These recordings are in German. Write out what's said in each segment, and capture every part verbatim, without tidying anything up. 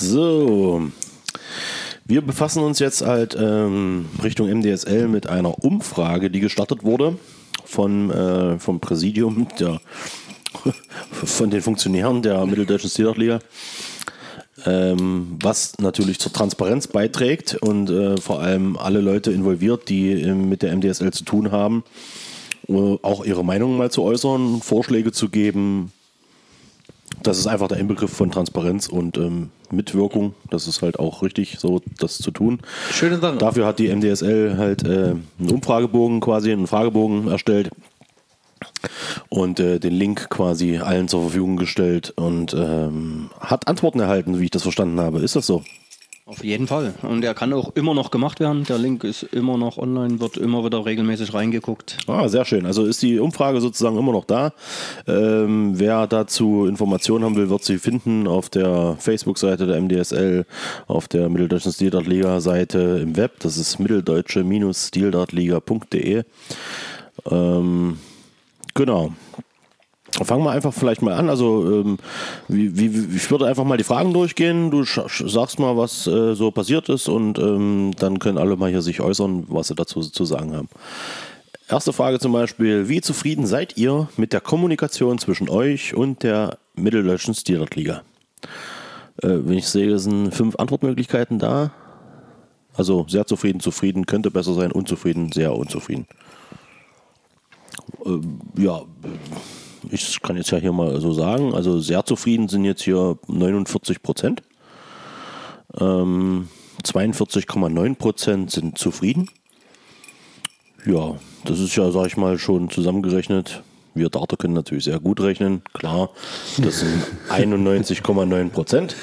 So, wir befassen uns jetzt halt ähm, Richtung M D S L mit einer Umfrage, die gestartet wurde von, äh, vom Präsidium, der, von den Funktionären der Mitteldeutschen Steelert-Liga, ähm, was natürlich zur Transparenz beiträgt und äh, vor allem alle Leute involviert, die äh, mit der M D S L zu tun haben, äh, auch ihre Meinung mal zu äußern, Vorschläge zu geben. Das ist einfach der Inbegriff von Transparenz und ähm, Mitwirkung. Das ist halt auch richtig, so das zu tun. Schöne Sache. Dafür hat die M D S L halt äh, einen Umfragebogen quasi, einen Fragebogen erstellt und äh, den Link quasi allen zur Verfügung gestellt und ähm, hat Antworten erhalten, wie ich das verstanden habe. Ist das so? Auf jeden Fall. Und er kann auch immer noch gemacht werden. Der Link ist immer noch online, wird immer wieder regelmäßig reingeguckt. Ah, sehr schön. Also ist die Umfrage sozusagen immer noch da. Ähm, wer dazu Informationen haben will, wird sie finden auf der Facebook-Seite der M D S L, auf der Mitteldeutschen Steeldartliga-Seite im Web. Das ist mitteldeutsche Steeldartliga punkt de. Ähm, genau. Fangen wir einfach vielleicht mal an. Also ähm, wie, wie, ich würde einfach mal die Fragen durchgehen. Du sch- sagst mal, was äh, so passiert ist und ähm, dann können alle mal hier sich äußern, was sie dazu zu sagen haben. Erste Frage zum Beispiel: Wie zufrieden seid ihr mit der Kommunikation zwischen euch und der Mitteldeutschen Steelert-Liga? Äh, wenn ich sehe, sind fünf Antwortmöglichkeiten da. Also sehr zufrieden, zufrieden, könnte besser sein, unzufrieden, sehr unzufrieden. Äh, ja, ich kann jetzt ja hier mal so sagen, also sehr zufrieden sind jetzt hier neunundvierzig Prozent. Ähm, zweiundvierzig Komma neun Prozent sind zufrieden. Ja, das ist ja, sag ich mal, schon zusammengerechnet. Wir Darter können natürlich sehr gut rechnen, klar. Das sind einundneunzig Komma neun Prozent.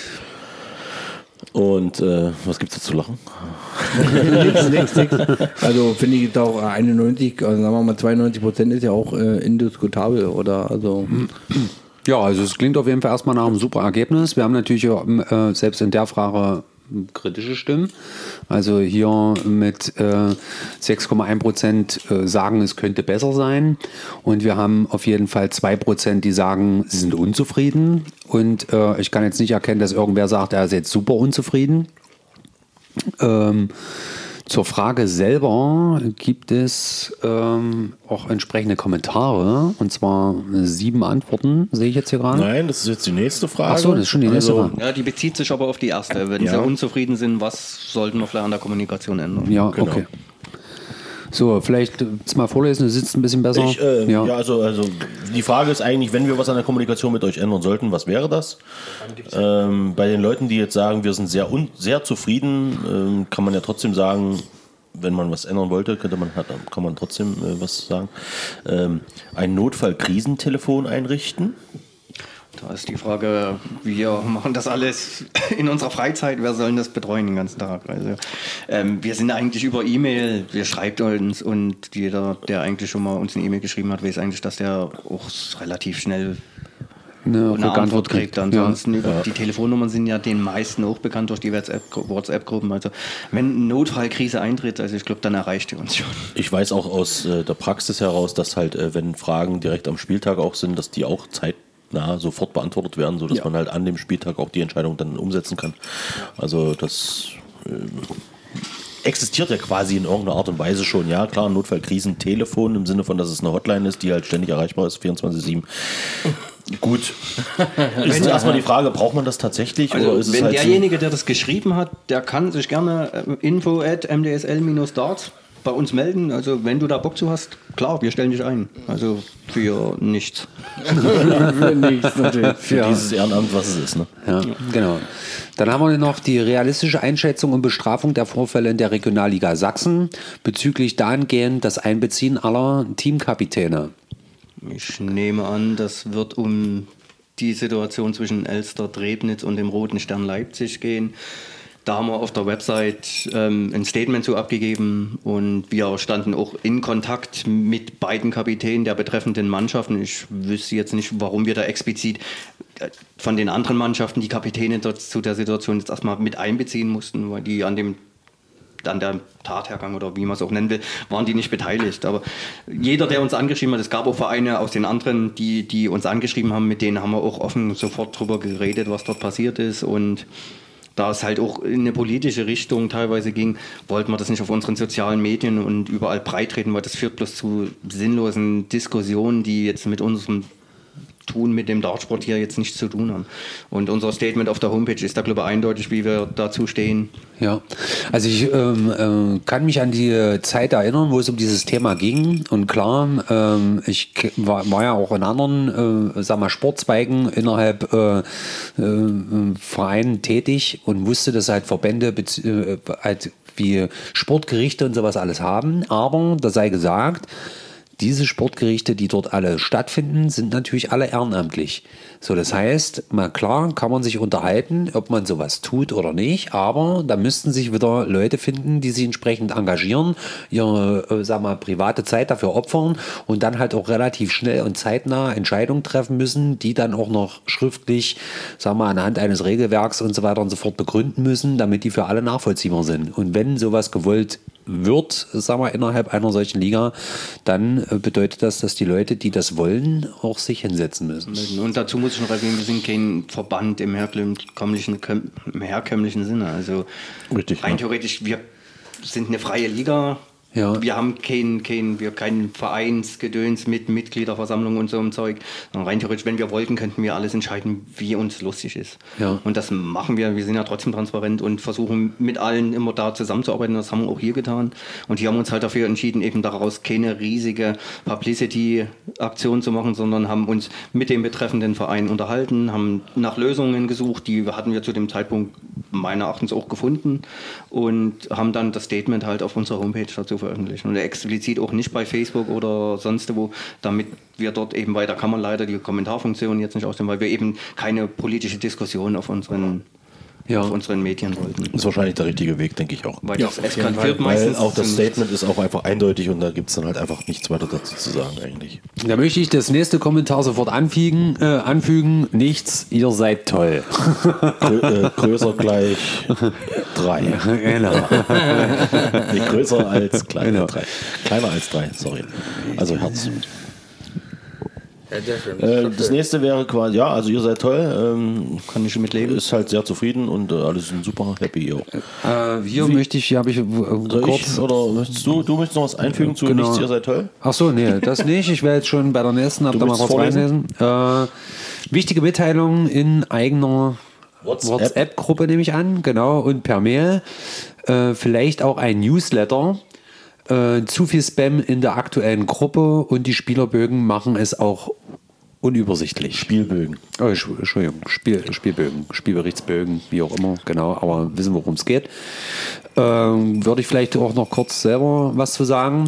Und äh, was gibt's da zu lachen? nix, nix, nix. Also finde ich auch einundneunzig, also sagen wir mal zweiundneunzig Prozent ist ja auch äh, indiskutabel, oder? Also ja, also es klingt auf jeden Fall erstmal nach einem super Ergebnis. Wir haben natürlich äh, selbst in der Frage kritische Stimmen. Also hier mit äh, sechs Komma eins Prozent äh, sagen, es könnte besser sein. Und wir haben auf jeden Fall zwei Prozent, die sagen, sie sind unzufrieden. Und äh, ich kann jetzt nicht erkennen, dass irgendwer sagt, er ist jetzt super unzufrieden. Ähm, zur Frage selber gibt es ähm, auch entsprechende Kommentare, und zwar sieben Antworten, sehe ich jetzt hier gerade. Nein, das ist jetzt die nächste Frage. Ach so, das ist schon die nächste also, Frage. Ja, die bezieht sich aber auf die erste. Wenn Ja. sie unzufrieden sind, was sollten wir vielleicht an der Kommunikation ändern? Ja, Genau. okay. So, vielleicht jetzt mal vorlesen, du sitzt ein bisschen besser. Ich, äh, ja. ja. also, also die Frage ist eigentlich, wenn wir was an der Kommunikation mit euch ändern sollten, was wäre das? Ähm, bei den Leuten, die jetzt sagen, wir sind sehr, un- sehr zufrieden, ähm, kann man ja trotzdem sagen, wenn man was ändern wollte, könnte man, hat, kann man trotzdem äh, was sagen. Ähm, ein Notfall-Krisentelefon einrichten. Da ist die Frage, wir machen das alles in unserer Freizeit, wer soll das betreuen den ganzen Tag? Also, ähm, wir sind eigentlich über E-Mail, wir schreibt uns, und jeder, der eigentlich schon mal uns eine E-Mail geschrieben hat, weiß eigentlich, dass der auch relativ schnell eine, eine Antwort kriegt. Ansonsten Ja. über die Telefonnummern sind ja den meisten auch bekannt durch die WhatsApp-Gruppen. Also wenn eine Notfallkrise eintritt, also ich glaube, dann erreicht ihr uns schon. Ich weiß auch aus äh, der Praxis heraus, dass halt, äh, wenn Fragen direkt am Spieltag auch sind, dass die auch zeitnah sofort beantwortet werden, sodass Ja. man halt an dem Spieltag auch die Entscheidung dann umsetzen kann. Also das äh, existiert ja quasi in irgendeiner Art und Weise schon. Ja, klar, ein Notfallkrisentelefon im Sinne von, dass es eine Hotline ist, die halt ständig erreichbar ist, vierundzwanzig sieben. Gut. Ist erstmal die Frage, braucht man das tatsächlich? Also oder ist wenn es halt derjenige, der das geschrieben hat, der kann sich gerne äh, info at m d s l dart bei uns melden. Also wenn du da Bock zu hast, klar, wir stellen dich ein. Also für nichts. für nichts natürlich. für Ja. dieses Ehrenamt, was es ist? Ne? Ja, genau. Dann haben wir noch die realistische Einschätzung und Bestrafung der Vorfälle in der Regionalliga Sachsen bezüglich dahingehend das Einbeziehen aller Teamkapitäne. Ich nehme an, das wird um die Situation zwischen Elster, Drebnitz und dem Roten Stern Leipzig gehen. Da haben wir auf der Website ähm, ein Statement zu abgegeben, und wir standen auch in Kontakt mit beiden Kapitänen der betreffenden Mannschaften. Ich wüsste jetzt nicht, warum wir da explizit von den anderen Mannschaften die Kapitäne dort zu der Situation jetzt erstmal mit einbeziehen mussten, weil die an dem an der Tathergang oder wie man es auch nennen will, waren die nicht beteiligt. Aber jeder, der uns angeschrieben hat, es gab auch Vereine aus den anderen, die, die uns angeschrieben haben, mit denen haben wir auch offen sofort drüber geredet, was dort passiert ist. Und da es halt auch in eine politische Richtung teilweise ging, wollten wir das nicht auf unseren sozialen Medien und überall breitreten, weil das führt bloß zu sinnlosen Diskussionen, die jetzt mit unserem Tun mit dem Dartsport hier jetzt nichts zu tun haben. Und unser Statement auf der Homepage ist da, glaube ich, eindeutig, wie wir dazu stehen. Ja, also ich ähm, äh, kann mich an die Zeit erinnern, wo es um dieses Thema ging. Und klar, ähm, ich war, war ja auch in anderen äh, sag mal, Sportzweigen innerhalb äh, äh, Vereinen tätig und wusste, dass halt Verbände äh, halt wie Sportgerichte und sowas alles haben. Aber da sei gesagt, diese Sportgerichte, die dort alle stattfinden, sind natürlich alle ehrenamtlich. So, das heißt, mal klar kann man sich unterhalten, ob man sowas tut oder nicht, aber da müssten sich wieder Leute finden, die sich entsprechend engagieren, ihre, äh, sag mal, private Zeit dafür opfern und dann halt auch relativ schnell und zeitnah Entscheidungen treffen müssen, die dann auch noch schriftlich, sag mal, anhand eines Regelwerks und so weiter und so fort begründen müssen, damit die für alle nachvollziehbar sind. Und wenn sowas gewollt wird, sagen wir, innerhalb einer solchen Liga, dann bedeutet das, dass die Leute, die das wollen, auch sich hinsetzen müssen. Und dazu muss ich noch erwähnen, wir sind kein Verband im herkömmlichen, im herkömmlichen Sinne. Also Richtig, rein ja. theoretisch, wir sind eine freie Liga. Ja. Wir haben kein, kein, wir kein Vereinsgedöns mit Mitgliederversammlung und so einem Zeug. Rein theoretisch, wenn wir wollten, könnten wir alles entscheiden, wie uns lustig ist. Ja. Und das machen wir. Wir sind ja trotzdem transparent und versuchen mit allen immer da zusammenzuarbeiten. Das haben wir auch hier getan. Und hier haben wir uns halt dafür entschieden, eben daraus keine riesige Publicity-Aktion zu machen, sondern haben uns mit dem betreffenden Verein unterhalten, haben nach Lösungen gesucht. Die hatten wir zu dem Zeitpunkt meiner Erachtens auch gefunden und haben dann das Statement halt auf unserer Homepage dazu veröffentlichen und explizit auch nicht bei Facebook oder sonst wo, damit wir dort eben, weil da kann man leider die Kommentarfunktion jetzt nicht ausnehmen, weil wir eben keine politische Diskussion auf unseren, Ja. auf unseren Medien wollten. Ist wahrscheinlich der richtige Weg, denke ich auch. Weil Ja, das auf jeden eskaliert Fall, meistens. Weil auch das zum- Statement ist auch einfach eindeutig und da gibt es dann halt einfach nichts weiter dazu zu sagen eigentlich. Da möchte ich das nächste Kommentar sofort anfügen. Äh, anfügen. Nichts, ihr seid toll. Grö äh, größer gleich drei. Genau. Nee, größer als kleiner. Genau. Drei. Kleiner als drei, sorry. Also Herz. Ja, sehr schön. Äh, das nächste wäre quasi, ja, also ihr seid toll, ähm, Kann ich mit leben. ist halt sehr zufrieden und äh, alle sind super happy. Jo. Äh, hier möchte ich, hier habe ich äh, Soll kurz. ich, oder möchtest du, du möchtest noch was einfügen zu Genau. Nichts, ihr seid toll? Ach so, nee, das nicht. Ich werde jetzt schon bei der nächsten, hab Du da mal willst kurz vorlesen? reinlesen. Äh, wichtige Mitteilung in eigener WhatsApp. WhatsApp-Gruppe nehme ich an, genau, und per Mail. Äh, vielleicht auch ein Newsletter. Äh, zu viel Spam in der aktuellen Gruppe und die Spielerbögen machen es auch unübersichtlich. Spielbögen. Oh, Entsch- Entschuldigung, Spiel, Spielbögen, Spielberichtsbögen, wie auch immer, genau, aber wissen, worum es geht. Ähm, würde ich vielleicht auch noch kurz selber was zu sagen.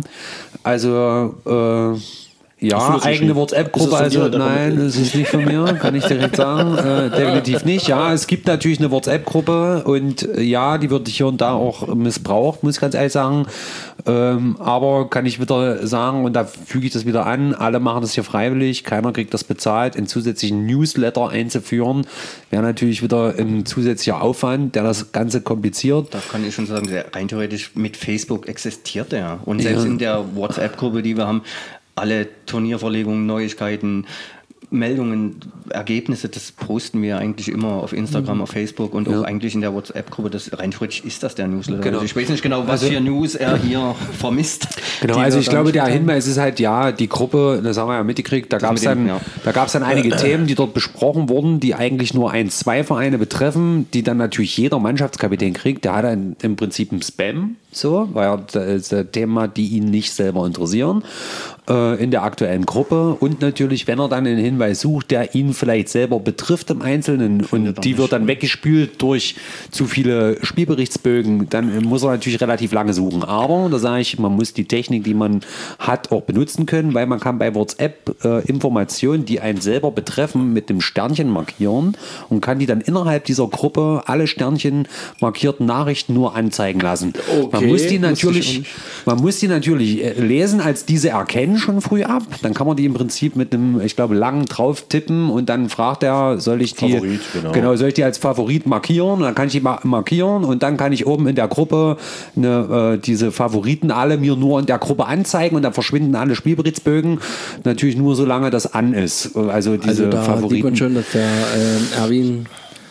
Also, äh, Hast du ja, das eigene geschrieben? Ist WhatsApp-Gruppe, das von also dir, der nein, von- das ist nicht von mir, kann ich direkt sagen. Äh, definitiv nicht. Ja, es gibt natürlich eine WhatsApp-Gruppe und äh, ja, die wird hier und da auch missbraucht, muss ich ganz ehrlich sagen. Ähm, aber kann ich wieder sagen, und da füge ich das wieder an, alle machen das hier freiwillig, keiner kriegt das bezahlt. Einen zusätzlichen Newsletter einzuführen, wäre natürlich wieder ein zusätzlicher Aufwand, der das Ganze kompliziert. Da kann ich schon sagen, sehr- rein theoretisch mit Facebook existiert der. Und selbst Ja. in der WhatsApp-Gruppe, die wir haben, alle Turnierverlegungen, Neuigkeiten, Meldungen, Ergebnisse, das posten wir eigentlich immer auf Instagram, auf Facebook und Ja. auch eigentlich in der WhatsApp-Gruppe. Das rein theoretisch ist das der Newsletter. Genau. Also ich weiß nicht genau, was Also- für News er hier vermisst. Genau, die also wir ich da glaube, nicht der haben. Hinweis ist halt, ja, die Gruppe, das haben wir ja mitgekriegt, da gab es mit dem, dann, ja. da gab's dann einige Themen, die dort besprochen wurden, die eigentlich nur ein, zwei Vereine betreffen, die dann natürlich jeder Mannschaftskapitän kriegt. Der hat dann im Prinzip einen Spam, so, weil er das ist Thema, die ihn nicht selber interessieren, äh, in der aktuellen Gruppe. Und natürlich, wenn er dann einen Hinweis sucht, der ihn vielleicht selber betrifft im Einzelnen und die wird dann weggespült durch zu viele Spielberichtsbögen, dann muss er natürlich relativ lange suchen. Aber da sage ich, man muss die Technik, die man hat, auch benutzen können, weil man kann bei WhatsApp äh, Informationen, die einen selber betreffen, mit dem Sternchen markieren und kann die dann innerhalb dieser Gruppe alle Sternchen markierten Nachrichten nur anzeigen lassen. man Okay, muss die wusste ich auch natürlich, nicht. man muss die natürlich äh, lesen als diese erkennen brennen schon früh ab. Dann kann man die im Prinzip mit einem, ich glaube, langen drauf tippen und dann fragt er, soll ich die, Favorit, genau. genau, soll ich die als Favorit markieren? Und dann kann ich die ma- markieren und dann kann ich oben in der Gruppe eine, äh, diese Favoriten alle mir nur in der Gruppe anzeigen und dann verschwinden alle Spielberichtsbögen. Natürlich nur solange das an ist. Also diese Also da Favoriten. sieht man schon, dass der äh, Erwin,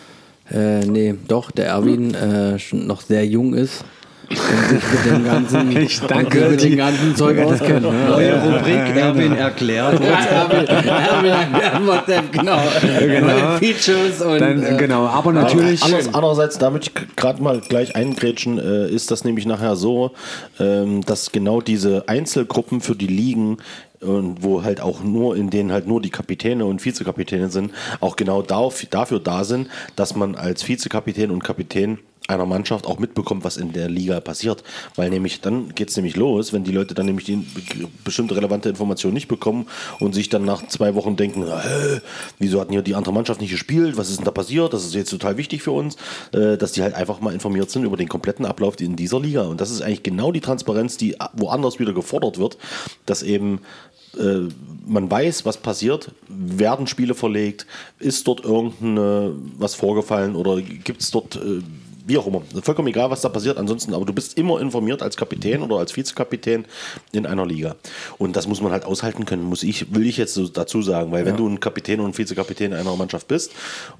äh, nee, doch, der Erwin äh, schon noch sehr jung ist. Und sich mit dem ganzen, Ich danke und sich mit dem ganzen Zeug auskennt. Ne? Neue Rubrik, Erwin erklärt. Erwin, Erwin erklärt WhatsApp, genau. Neue Features und Dann, äh, genau, aber natürlich. Anders, andererseits, damit ich gerade mal gleich eingrätschen, äh, ist das nämlich nachher so, ähm, dass genau diese Einzelgruppen für die Ligen und wo halt auch nur, in denen halt nur die Kapitäne und Vizekapitäne sind, auch genau dafür, dafür da sind, dass man als Vizekapitän und Kapitän einer Mannschaft auch mitbekommt, was in der Liga passiert. Weil nämlich, dann geht es nämlich los, wenn die Leute dann nämlich die bestimmte relevante Information nicht bekommen und sich dann nach zwei Wochen denken, äh, wieso hat denn hier die andere Mannschaft nicht gespielt, was ist denn da passiert, das ist jetzt total wichtig für uns, äh, dass die halt einfach mal informiert sind über den kompletten Ablauf in dieser Liga. Und das ist eigentlich genau die Transparenz, die woanders wieder gefordert wird, dass eben äh, man weiß, was passiert, werden Spiele verlegt, ist dort irgendeine was vorgefallen oder gibt es dort äh, wie auch immer, vollkommen egal, was da passiert, ansonsten, aber du bist immer informiert als Kapitän oder als Vizekapitän in einer Liga. Und das muss man halt aushalten können, muss ich, will ich jetzt so dazu sagen, weil wenn du ein Kapitän und ein Vizekapitän einer Mannschaft bist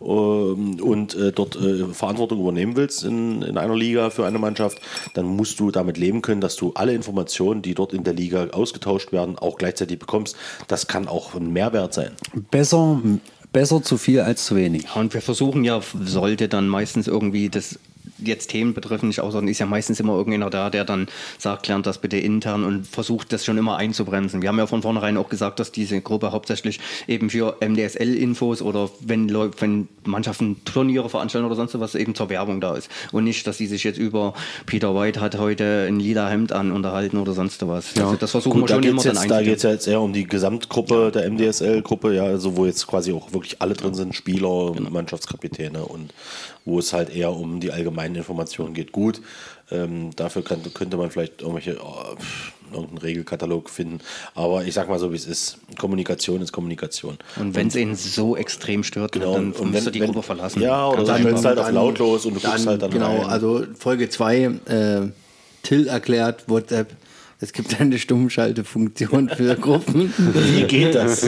ähm, und äh, dort äh, Verantwortung übernehmen willst in, in einer Liga für eine Mannschaft, dann musst du damit leben können, dass du alle Informationen, die dort in der Liga ausgetauscht werden, auch gleichzeitig bekommst. Das kann auch ein Mehrwert sein. Besser, besser zu viel als zu wenig. Ja, und wir versuchen ja, sollte dann meistens irgendwie das jetzt Themen betreffen, nicht außer, ist ja meistens immer irgendjemand da, der dann sagt, lernt das bitte intern und versucht das schon immer einzubremsen. Wir haben ja von vornherein auch gesagt, dass diese Gruppe hauptsächlich eben für M D S L-Infos oder wenn, Leu- wenn Mannschaften Turniere veranstalten oder sonst was eben zur Werbung da ist. Und nicht, dass die sich jetzt über Peter White hat heute ein lila Hemd an unterhalten oder sonst was. Ja. Also das versuchen Gut, wir da schon immer geht's dann jetzt, da geht einzubinden. es ja jetzt eher um die Gesamtgruppe der M D S L-Gruppe, ja, also wo jetzt quasi auch wirklich alle drin sind, Spieler, Genau. Mannschaftskapitäne und wo es halt eher um die allgemeinen Informationen geht. Gut, ähm, dafür kann, könnte man vielleicht irgendwelche, oh, pff, irgendeinen Regelkatalog finden, aber ich sag mal so, wie es ist. Kommunikation ist Kommunikation. Und wenn es ihn so extrem stört, Genau, dann und musst wenn- du die wenn- Gruppe verlassen. Ja, oder Ganz du einfach. stellst halt auf lautlos und du guckst halt dann genau, rein. also Folge zwei, äh, Till erklärt WhatsApp, es gibt eine Stummschaltefunktion für Gruppen. Wie geht das?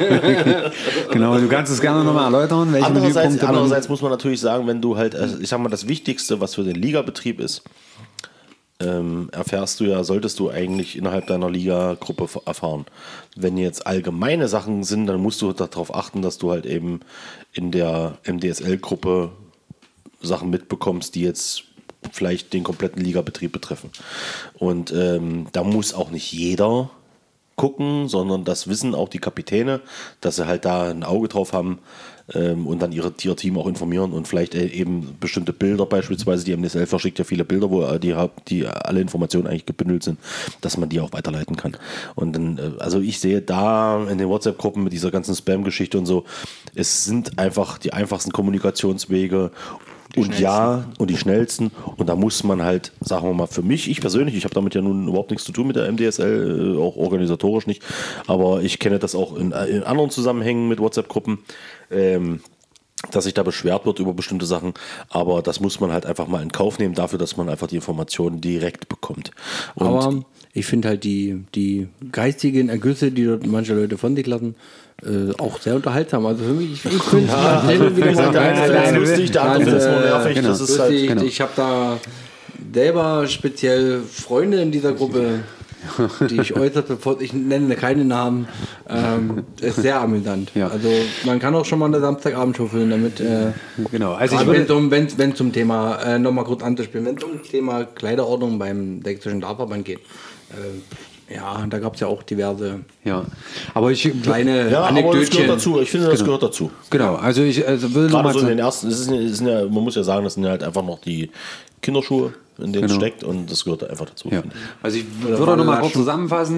Genau, du kannst es gerne nochmal erläutern, welche Andererseits, Menüpunkte man- andererseits muss man natürlich sagen, wenn du halt, also ich sag mal, das Wichtigste, was für den Ligabetrieb ist, ähm, erfährst du ja, solltest du eigentlich innerhalb deiner Liga-Gruppe f- erfahren. Wenn jetzt allgemeine Sachen sind, dann musst du darauf achten, dass du halt eben in der M D S L-Gruppe Sachen mitbekommst, die jetzt vielleicht den kompletten Ligabetrieb betreffen. Und ähm, da muss auch nicht jeder gucken, sondern das wissen auch die Kapitäne, dass sie halt da ein Auge drauf haben ähm, und dann ihre, ihr Team auch informieren und vielleicht äh, eben bestimmte Bilder beispielsweise, die M D S L verschickt ja viele Bilder, wo äh, die, haupt- die alle Informationen eigentlich gebündelt sind, dass man die auch weiterleiten kann. Und dann, äh, also ich sehe da in den WhatsApp-Gruppen mit dieser ganzen Spam-Geschichte und so, es sind einfach die einfachsten Kommunikationswege. Und ja, und die schnellsten. Und da muss man halt, sagen wir mal, für mich, ich persönlich, ich habe damit ja nun überhaupt nichts zu tun mit der M D S L, äh, auch organisatorisch nicht, aber ich kenne das auch in, äh, in anderen Zusammenhängen mit WhatsApp-Gruppen, ähm, dass sich da beschwert wird über bestimmte Sachen. Aber das muss man halt einfach mal in Kauf nehmen dafür, dass man einfach die Informationen direkt bekommt. Und Aber ich finde halt die, die geistigen Ergüsse, die dort manche Leute von sich lassen, äh, auch sehr unterhaltsam. Also für mich, ich, ich finde ja, der eine findet es lustig, der andere findet es nur nervig. Genau. Das ist halt, lustig. genau. Ich habe da selber speziell Freunde in dieser Gruppe, die ich äußerst bevor ich nenne keine Namen, ähm, ist sehr amüsant. Ja. Also man kann auch schon mal eine Samstagabendshow füllen damit. Äh, Genau, also ich gerade wenn würde, zum, wenn, wenn zum Thema, äh, nochmal kurz anzuspielen, wenn es um das Thema Kleiderordnung beim sächsischen Dartverband geht, äh, ja, da gab es ja auch diverse ja, aber ich, kleine ja, aber das gehört Anekdötchen. dazu. Ich finde, das gehört dazu. genau, also ich also will Gerade nochmal so in sagen, den ersten, es ist, es sind ja, man muss ja sagen, das sind ja halt einfach noch die Kinderschuhe, in denen es Genau. steckt und das gehört einfach dazu. ja. finde ich. Also ich Oder würde nochmal kurz Latschen. zusammenfassen.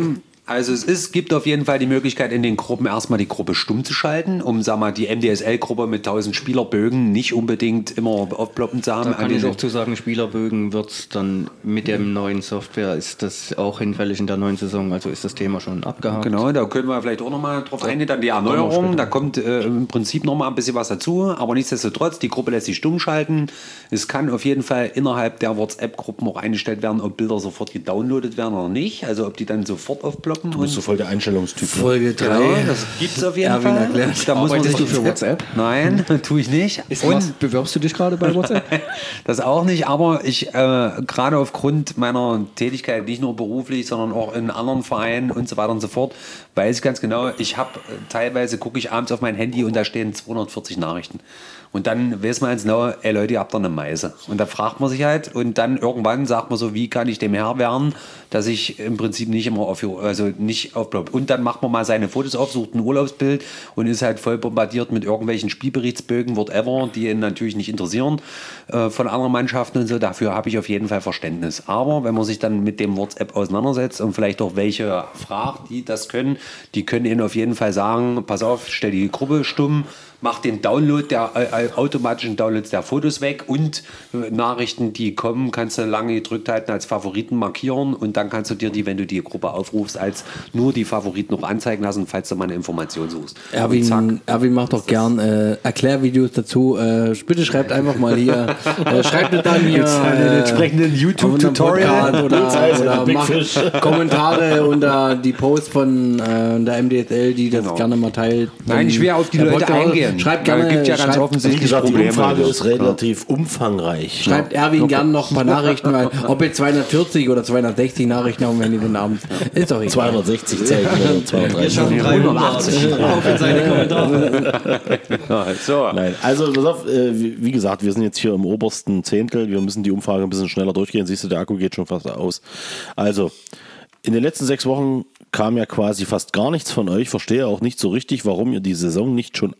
Also es ist, gibt auf jeden Fall die Möglichkeit, in den Gruppen erstmal die Gruppe stumm zu schalten, um sag mal, die M D S L-Gruppe mit tausend Spielerbögen nicht unbedingt immer aufploppen zu haben. Da kann ich auch zu sagen, Spielerbögen wird es dann mit der neuen Software, ist das auch hinfällig in der neuen Saison, also ist das Thema schon abgehakt. Genau, da können wir vielleicht auch nochmal drauf eingehen, dann die Erneuerung, da kommt äh, im Prinzip nochmal ein bisschen was dazu, aber nichtsdestotrotz, die Gruppe lässt sich stumm schalten. Es kann auf jeden Fall innerhalb der WhatsApp-Gruppen auch eingestellt werden, ob Bilder sofort gedownloadet werden oder nicht, also ob die dann sofort aufploppen. Du bist so voll der Einstellungstyp. Folge drei. Genau, das gibt es auf jeden Erwin Fall. erklärt. Da muss man sich Arbeitest du für WhatsApp? Nein, tue ich nicht. Ist was, bewirbst du dich gerade bei WhatsApp? Das auch nicht, aber ich äh, gerade aufgrund meiner Tätigkeit, nicht nur beruflich, sondern auch in anderen Vereinen und so weiter und so fort, weiß ich ganz genau, ich habe äh, teilweise gucke ich abends auf mein Handy und da stehen zweihundertvierzig Nachrichten. Und dann weiß man jetzt genau, ey Leute, ihr habt doch eine Meise. Und da fragt man sich halt und dann irgendwann sagt man so, wie kann ich dem Herr werden, dass ich im Prinzip nicht immer auf, also nicht aufbleibe. Und dann macht man mal seine Fotos auf, sucht ein Urlaubsbild und ist halt voll bombardiert mit irgendwelchen Spielberichtsbögen, whatever, die ihn natürlich nicht interessieren äh, von anderen Mannschaften und so. Dafür habe ich auf jeden Fall Verständnis. Aber wenn man sich dann mit dem WhatsApp auseinandersetzt und vielleicht auch welche fragt, die das können, die können ihnen auf jeden Fall sagen, pass auf, stell die Gruppe stumm, mach den Download, der äh, automatischen Downloads der Fotos weg und äh, Nachrichten, die kommen, kannst du lange gedrückt halten, als Favoriten markieren und dann kannst du dir die, wenn du die Gruppe aufrufst, als nur die Favoriten noch anzeigen lassen, falls du mal eine Information suchst. Erwin, Erwin macht doch gern äh, Erklärvideos dazu. Äh, bitte schreibt einfach mal hier, äh, schreibt mir dann hier einen entsprechenden YouTube-Tutorial oder, oder macht Kommentare unter die Posts von äh, der M D S L, die das Genau. gerne mal teilt. Nein, ich will auf die Leute eingehen. Schreibt gerne, Es gibt ja ganz schreibt, Wie offensichtlich gesagt, die Probleme. Umfrage ist relativ umfangreich. Schreibt Erwin gern noch ein paar Nachrichten, weil ob ihr zweihundertvierzig oder zweihundertsechzig Nachrichten haben, wenn ihr den Abend. Ist doch egal. zweihundertsechzig Zeichen oder zweihundertdreißig. schaffen dreihundertachtzig auf in seine Kommentare. So. Nein, also pass auf, äh, wie, wie gesagt, wir sind jetzt hier im obersten Zehntel. Wir müssen die Umfrage ein bisschen schneller durchgehen. Siehst du, der Akku geht schon fast aus. Also, in den letzten sechs Wochen kam ja quasi fast gar nichts von euch. Verstehe auch nicht so richtig, warum ihr die Saison nicht schon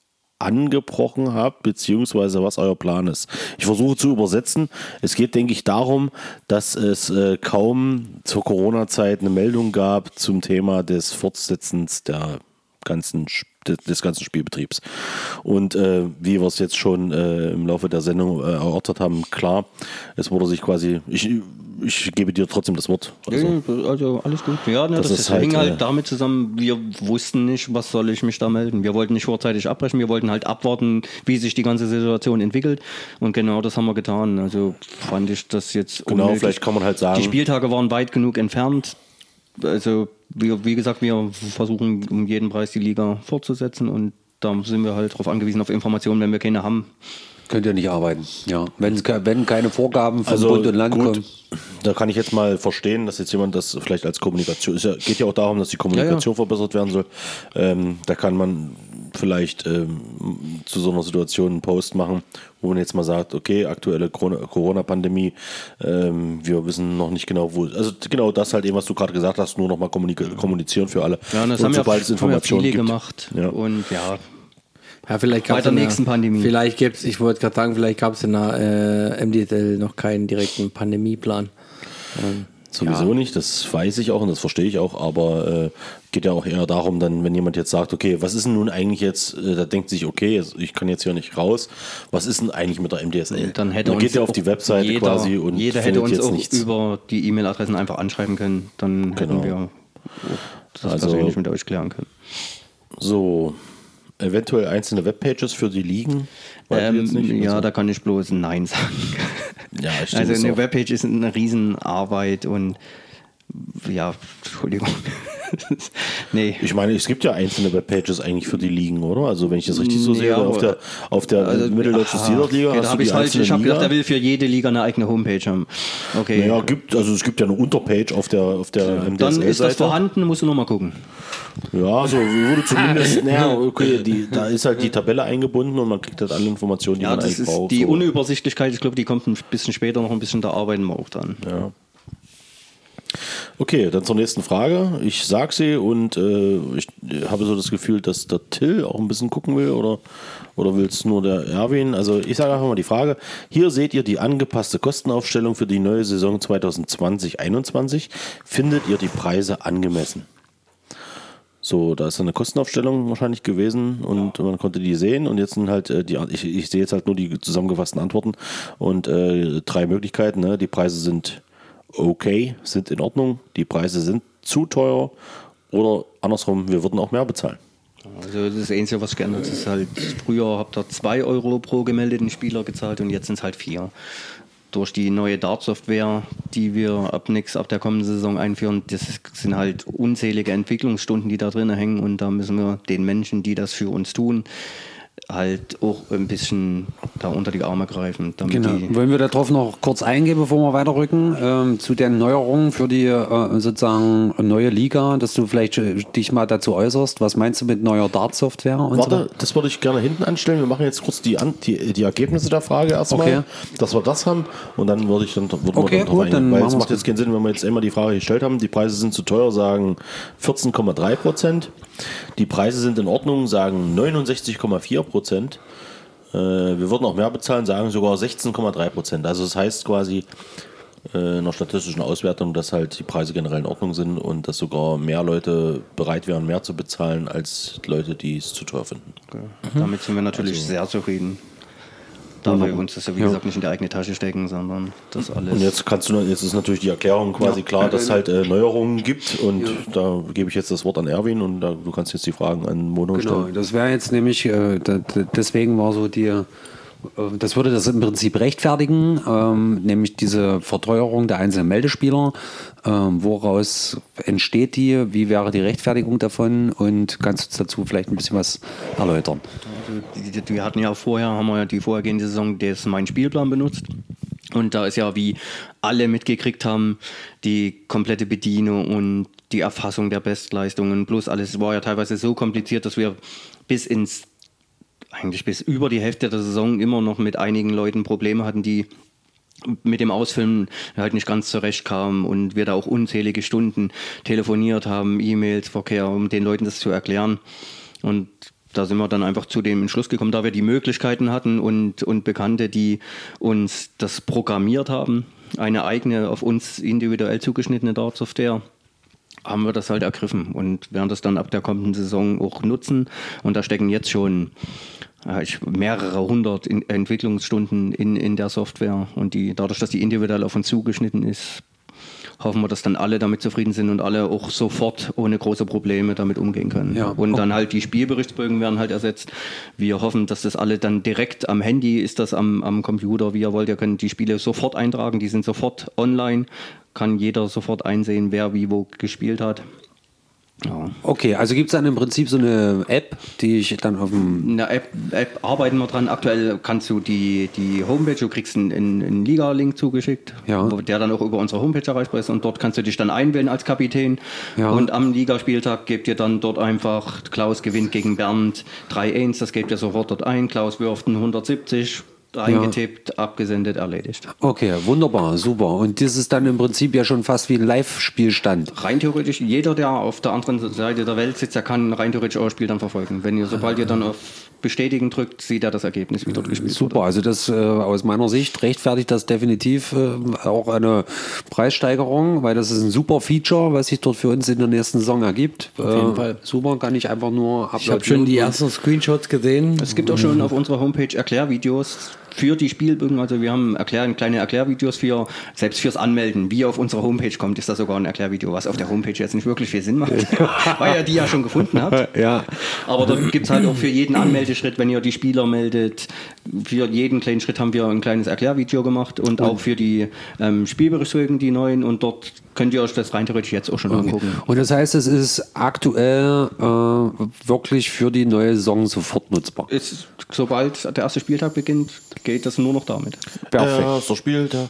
angebrochen habt, beziehungsweise was euer Plan ist. Ich versuche zu übersetzen. Es geht, denke ich, darum, dass es äh, kaum zur Corona-Zeit eine Meldung gab zum Thema des Fortsetzens der ganzen Sp- des, des ganzen Spielbetriebs. Und äh, wie wir es jetzt schon äh, im Laufe der Sendung äh, erörtert haben, klar, es wurde sich quasi, ich, ich gebe dir trotzdem das Wort. Also, Also alles gut. Ja, ne, Das das, ist ist halt, hing halt äh, damit zusammen, wir wussten nicht, was soll ich mich da melden. Wir wollten nicht vorzeitig abbrechen, wir wollten halt abwarten, wie sich die ganze Situation entwickelt. Und genau das haben wir getan. Also fand ich das jetzt genau, unnötig. vielleicht kann man halt sagen, Die Spieltage waren weit genug entfernt. Also wir, wie gesagt, wir versuchen um jeden Preis die Liga fortzusetzen und da sind wir halt darauf angewiesen, auf Informationen, wenn wir keine haben. Könnt ihr nicht arbeiten. Ja. Wenn, wenn keine Vorgaben von also Bund und Land gut, kommen. da kann ich jetzt mal verstehen, dass jetzt jemand das vielleicht als Kommunikation, es ja, geht ja auch darum, dass die Kommunikation Ja, ja. verbessert werden soll. Ähm, da kann man vielleicht ähm, zu so einer Situation einen Post machen, wo man jetzt mal sagt, okay, aktuelle Corona-Pandemie, ähm, wir wissen noch nicht genau, wo, also genau das halt eben, was du gerade gesagt hast, nur noch mal kommunik- kommunizieren für alle. Ja, und das und haben, sobald ja, es haben ja Informationen viele gibt. gemacht. Ja. Und ja, Ja, vielleicht Bei gab's der in nächsten Pandemie. Vielleicht gibt es, ich wollte gerade sagen, vielleicht gab es in der äh, M D S L noch keinen direkten Pandemieplan. Ähm, Sowieso ja. nicht, das weiß ich auch und das verstehe ich auch, aber äh, geht ja auch eher darum, dann, wenn jemand jetzt sagt, okay, was ist denn nun eigentlich jetzt, äh, da denkt sich, okay, ich kann jetzt hier nicht raus, was ist denn eigentlich mit der M D S L? dann hätte dann geht uns er auf die Webseite jeder, quasi und jeder hätte findet uns jetzt auch nichts. über die E-Mail-Adressen einfach anschreiben können. Dann Genau. hätten wir das Also- persönlich mit euch klären können. So, eventuell einzelne Webpages für die Ligen? Weiß ich Ähm, jetzt nicht. ja, Also, da kann ich bloß Nein sagen. ja, ich stimme Also es eine auch. Webpage ist eine Riesenarbeit und ja, Entschuldigung. nee. Ich meine, es gibt ja einzelne Webpages eigentlich für die Ligen, oder? Also wenn ich das richtig so sehe, Ja, auf der, auf der Also, Mitteldeutschen aha, Steelers-Liga okay, da hast du hab die ich's falsch. einzelne Ich habe Liga. gedacht, er will für jede Liga eine eigene Homepage haben. Okay. Naja, gibt, also es gibt ja eine Unterpage auf der, auf der M D S Dann ist das L-Seite. vorhanden, musst du nochmal gucken. Ja, so wurde zumindest, naja, okay, die, da ist halt die Tabelle eingebunden und man kriegt halt alle Informationen, die Ja, man das eigentlich ist braucht. die so. Unübersichtlichkeit, ich glaube, die kommt ein bisschen später noch ein bisschen, da arbeiten wir auch dran. Ja. Okay, dann zur nächsten Frage. Ich sag sie und äh, ich habe so das Gefühl, dass der Till auch ein bisschen gucken will oder, oder will es nur der Erwin? Also ich sage einfach mal die Frage. Hier seht ihr die angepasste Kostenaufstellung für die neue Saison zwanzig zwanzig einundzwanzig. Findet ihr die Preise angemessen? So, da ist eine Kostenaufstellung wahrscheinlich gewesen und man konnte die sehen und jetzt sind halt äh, die, ich, ich sehe jetzt halt nur die zusammengefassten Antworten und äh, drei Möglichkeiten. Ne? Die Preise sind okay, sind in Ordnung, die Preise sind zu teuer oder andersrum, wir würden auch mehr bezahlen. Also das Einzige, was geändert ist, ist halt, früher habt ihr zwei Euro pro gemeldeten Spieler gezahlt und jetzt sind es halt vier. Durch die neue Dart-Software, die wir ab nächst, ab der kommenden Saison einführen, das sind halt unzählige Entwicklungsstunden, die da drin hängen und da müssen wir den Menschen, die das für uns tun, halt auch ein bisschen da unter die Arme greifen. Damit Genau. die Wollen wir darauf noch kurz eingehen, bevor wir weiterrücken, ähm, zu den Neuerungen für die äh, sozusagen neue Liga, dass du vielleicht äh, dich mal dazu äußerst. Was meinst du mit neuer Dart-Software? und Warte, so? das würde ich gerne hinten anstellen. Wir machen jetzt kurz die, An die, die Ergebnisse der Frage erstmal, Okay. dass wir das haben und dann würde ich dann, würden Okay, wir dann drauf gut, eingehen. dann Weil machen es wir's macht jetzt keinen Sinn, wenn wir jetzt einmal die Frage gestellt haben, die Preise sind zu teuer, sagen vierzehn Komma drei Prozent. Die Preise sind in Ordnung, sagen neunundsechzig Komma vier Prozent. Wir würden auch mehr bezahlen, sagen sogar sechzehn Komma drei Prozent. Also das heißt quasi äh, in der statistischen Auswertung, dass halt die Preise generell in Ordnung sind und dass sogar mehr Leute bereit wären, mehr zu bezahlen, als Leute, die es zu teuer finden. Okay. Damit sind wir natürlich Also- sehr zufrieden. Da wir uns das ja wie Ja. gesagt nicht in die eigene Tasche stecken, sondern das alles. Und jetzt kannst du, jetzt ist natürlich die Erklärung quasi klar, dass es halt äh, Neuerungen gibt und da gebe ich jetzt das Wort an Erwin und da, du kannst jetzt die Fragen an Mono Genau, stellen. das wäre jetzt nämlich, äh, da, da, deswegen war so die, äh, das würde das im Prinzip rechtfertigen, ähm, nämlich diese Verteuerung der einzelnen Meldespieler. Ähm, woraus entsteht die? Wie wäre die Rechtfertigung davon? Und kannst du dazu vielleicht ein bisschen was erläutern? Also, wir hatten ja vorher, haben wir ja die vorhergehende Saison das Mein Spielplan benutzt. Und da ist ja, wie alle mitgekriegt haben, die komplette Bedienung und die Erfassung der Bestleistungen plus alles. Es war ja teilweise so kompliziert, dass wir bis ins, eigentlich bis über die Hälfte der Saison immer noch mit einigen Leuten Probleme hatten, die mit dem Ausfilmen halt nicht ganz zurechtkamen und wir da auch unzählige Stunden telefoniert haben, E-Mails, Verkehr, um den Leuten das zu erklären. Und da sind wir dann einfach zu dem Entschluss gekommen, da wir die Möglichkeiten hatten und, und Bekannte, die uns das programmiert haben, eine eigene, auf uns individuell zugeschnittene Dart-Software, haben wir das halt ergriffen und werden das dann ab der kommenden Saison auch nutzen. Und da stecken jetzt schon äh, ich, mehrere hundert in, Entwicklungsstunden in, in der Software. Und die, dadurch, dass die individuell auf uns zugeschnitten ist, hoffen wir, dass dann alle damit zufrieden sind und alle auch sofort ohne große Probleme damit umgehen können. Ja. Und dann halt die Spielberichtsbögen werden halt ersetzt. Wir hoffen, dass das alle dann direkt am Handy ist, das am, am Computer, wie ihr wollt. Ihr könnt die Spiele sofort eintragen, die sind sofort online, kann jeder sofort einsehen, wer wie wo gespielt hat. Ja. Okay, also gibt es dann im Prinzip so eine App, die ich dann auf dem... In der App, App arbeiten wir dran. Aktuell kannst du die, die Homepage, du kriegst einen, einen, einen Liga-Link zugeschickt, Ja. wo der dann auch über unsere Homepage erreichbar ist und dort kannst du dich dann einwählen als Kapitän. Ja. Und am Ligaspieltag gebt ihr dann dort einfach, Klaus gewinnt gegen Bernd drei eins, das gebt ihr sofort dort ein, Klaus wirft einen hundertsiebzig, eingetippt, abgesendet, erledigt. Okay, wunderbar, super. Und das ist dann im Prinzip ja schon fast wie ein Live-Spielstand. Rein theoretisch, jeder, der auf der anderen Seite der Welt sitzt, der kann rein theoretisch euer Spiel dann verfolgen. Wenn ihr, sobald ihr dann auf Bestätigen drückt, sieht er das Ergebnis, wie dort gespielt Super, wurde. also das äh, aus meiner Sicht rechtfertigt das definitiv äh, auch eine Preissteigerung, weil das ist ein super Feature, was sich dort für uns in der nächsten Saison ergibt. Auf jeden Fall. Super, kann ich einfach nur Ich habe schon die ersten Screenshots gesehen. Es gibt auch schon auf unserer Homepage Erklärvideos für die Spielbögen. Also wir haben erklär, kleine Erklärvideos für, selbst fürs Anmelden, wie ihr auf unsere Homepage kommt, ist da sogar ein Erklärvideo, was auf der Homepage jetzt nicht wirklich viel Sinn macht, weil ihr die ja schon gefunden habt. Ja. Aber da gibt es halt auch für jeden Anmeldeschritt, wenn ihr die Spieler meldet, für jeden kleinen Schritt haben wir ein kleines Erklärvideo gemacht und auch für die ähm, Spielberichtsbögen, die neuen, und dort könnt ihr euch das rein theoretisch jetzt auch schon angucken. Und das heißt, es ist aktuell äh, wirklich für die neue Saison sofort nutzbar. Ist, sobald der erste Spieltag beginnt, geht das nur noch damit. Perfekt. Erster Spieltag.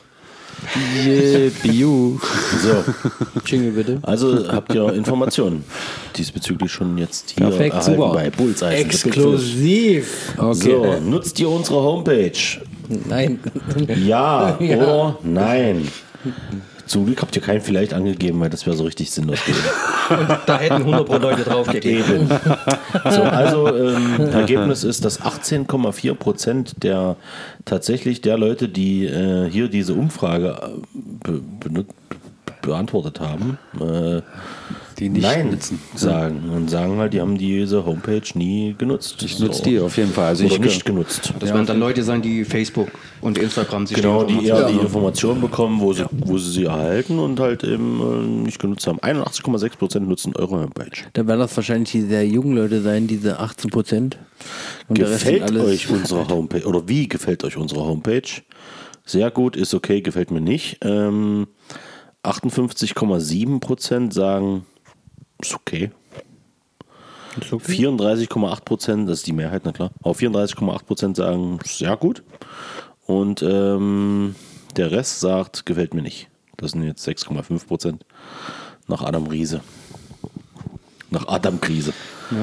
Yippie. So, Jingle bitte. also habt ihr Informationen diesbezüglich schon jetzt hier Perfekt, erhalten super. bei Bullseye. Exklusiv. So, nutzt ihr unsere Homepage? Nein. Ja, Ja. oder nein? Zum Glück habt ihr keinen vielleicht angegeben, weil das wäre so richtig sinnlos gewesen. Da hätten hundert pro Leute draufgeklickt. Eben. So, also ähm, Ergebnis ist, dass achtzehn Komma vier Prozent der tatsächlich der Leute, die äh, hier diese Umfrage äh, be benut- be beantwortet haben, äh, die nicht Nein nutzen. sagen und sagen halt, die haben diese Homepage nie genutzt. Ich nutze die auf jeden Fall. Also Oder ich nicht genutzt. Das werden dann Leute sein, die Facebook und Instagram sich Genau, die die eher Informationen- die Informationen bekommen, wo sie, wo sie sie erhalten und halt eben äh, nicht genutzt haben. einundachtzig Komma sechs Prozent nutzen eure Homepage. Dann werden das wahrscheinlich die sehr jungen Leute sein, diese achtzehn Prozent. Und der Rest sind Gefällt alles euch unsere Homepage oder wie gefällt euch unsere Homepage? Sehr gut, ist okay, gefällt mir nicht. Ähm, achtundfünfzig Komma sieben Prozent sagen, ist okay. vierunddreißig Komma acht Prozent, das ist die Mehrheit, na klar, aber vierunddreißig Komma acht Prozent sagen, sehr gut. Und ähm, der Rest sagt, gefällt mir nicht. Das sind jetzt sechs Komma fünf Prozent nach Adam Riese. Nach Adam Krise.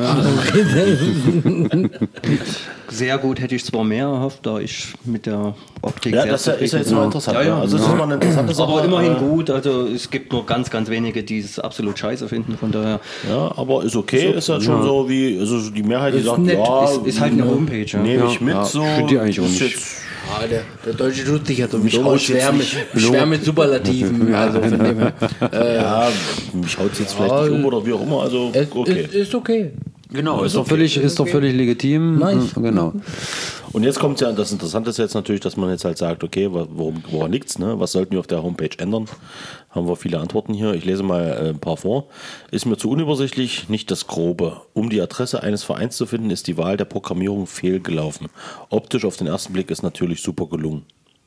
Sehr gut hätte ich zwar mehr erhofft, da ich mit der Optik Ja, sehr das ist ja zufrieden jetzt bin. mal interessant. Ja, ja. Also das ist mal eine interessante Sache. Aber immerhin äh, gut, also es gibt nur ganz, ganz wenige, die es absolut scheiße finden, von daher Ja, aber ist okay, ist halt schon so wie, also die Mehrheit, die Ist sagt, nett, ja, ist, ist halt eine Homepage. Ja. nehme ich mit Ja, so. finde die eigentlich auch ist nicht. jetzt- Ja, der, der Deutsche tut sich ja Mich sowieso haut's schwer jetzt mit, nicht. schwer mit Superlativen. Also von dem her. Äh, Ja, mich haut es jetzt vielleicht nicht um oder wie auch immer, also es okay. ist, ist okay. Genau, ist doch völlig, ist doch völlig legitim. Nice. Mhm, Genau. Und jetzt kommt ja, das Interessante ist jetzt natürlich, dass man jetzt halt sagt, okay, worum, woran liegt's, ne? Was sollten wir auf der Homepage ändern? Haben wir viele Antworten hier. Ich lese mal äh, ein paar vor. Ist mir zu unübersichtlich, nicht das Grobe. Um die Adresse eines Vereins zu finden, ist die Wahl der Programmierung fehlgelaufen. Optisch auf den ersten Blick ist natürlich super gelungen.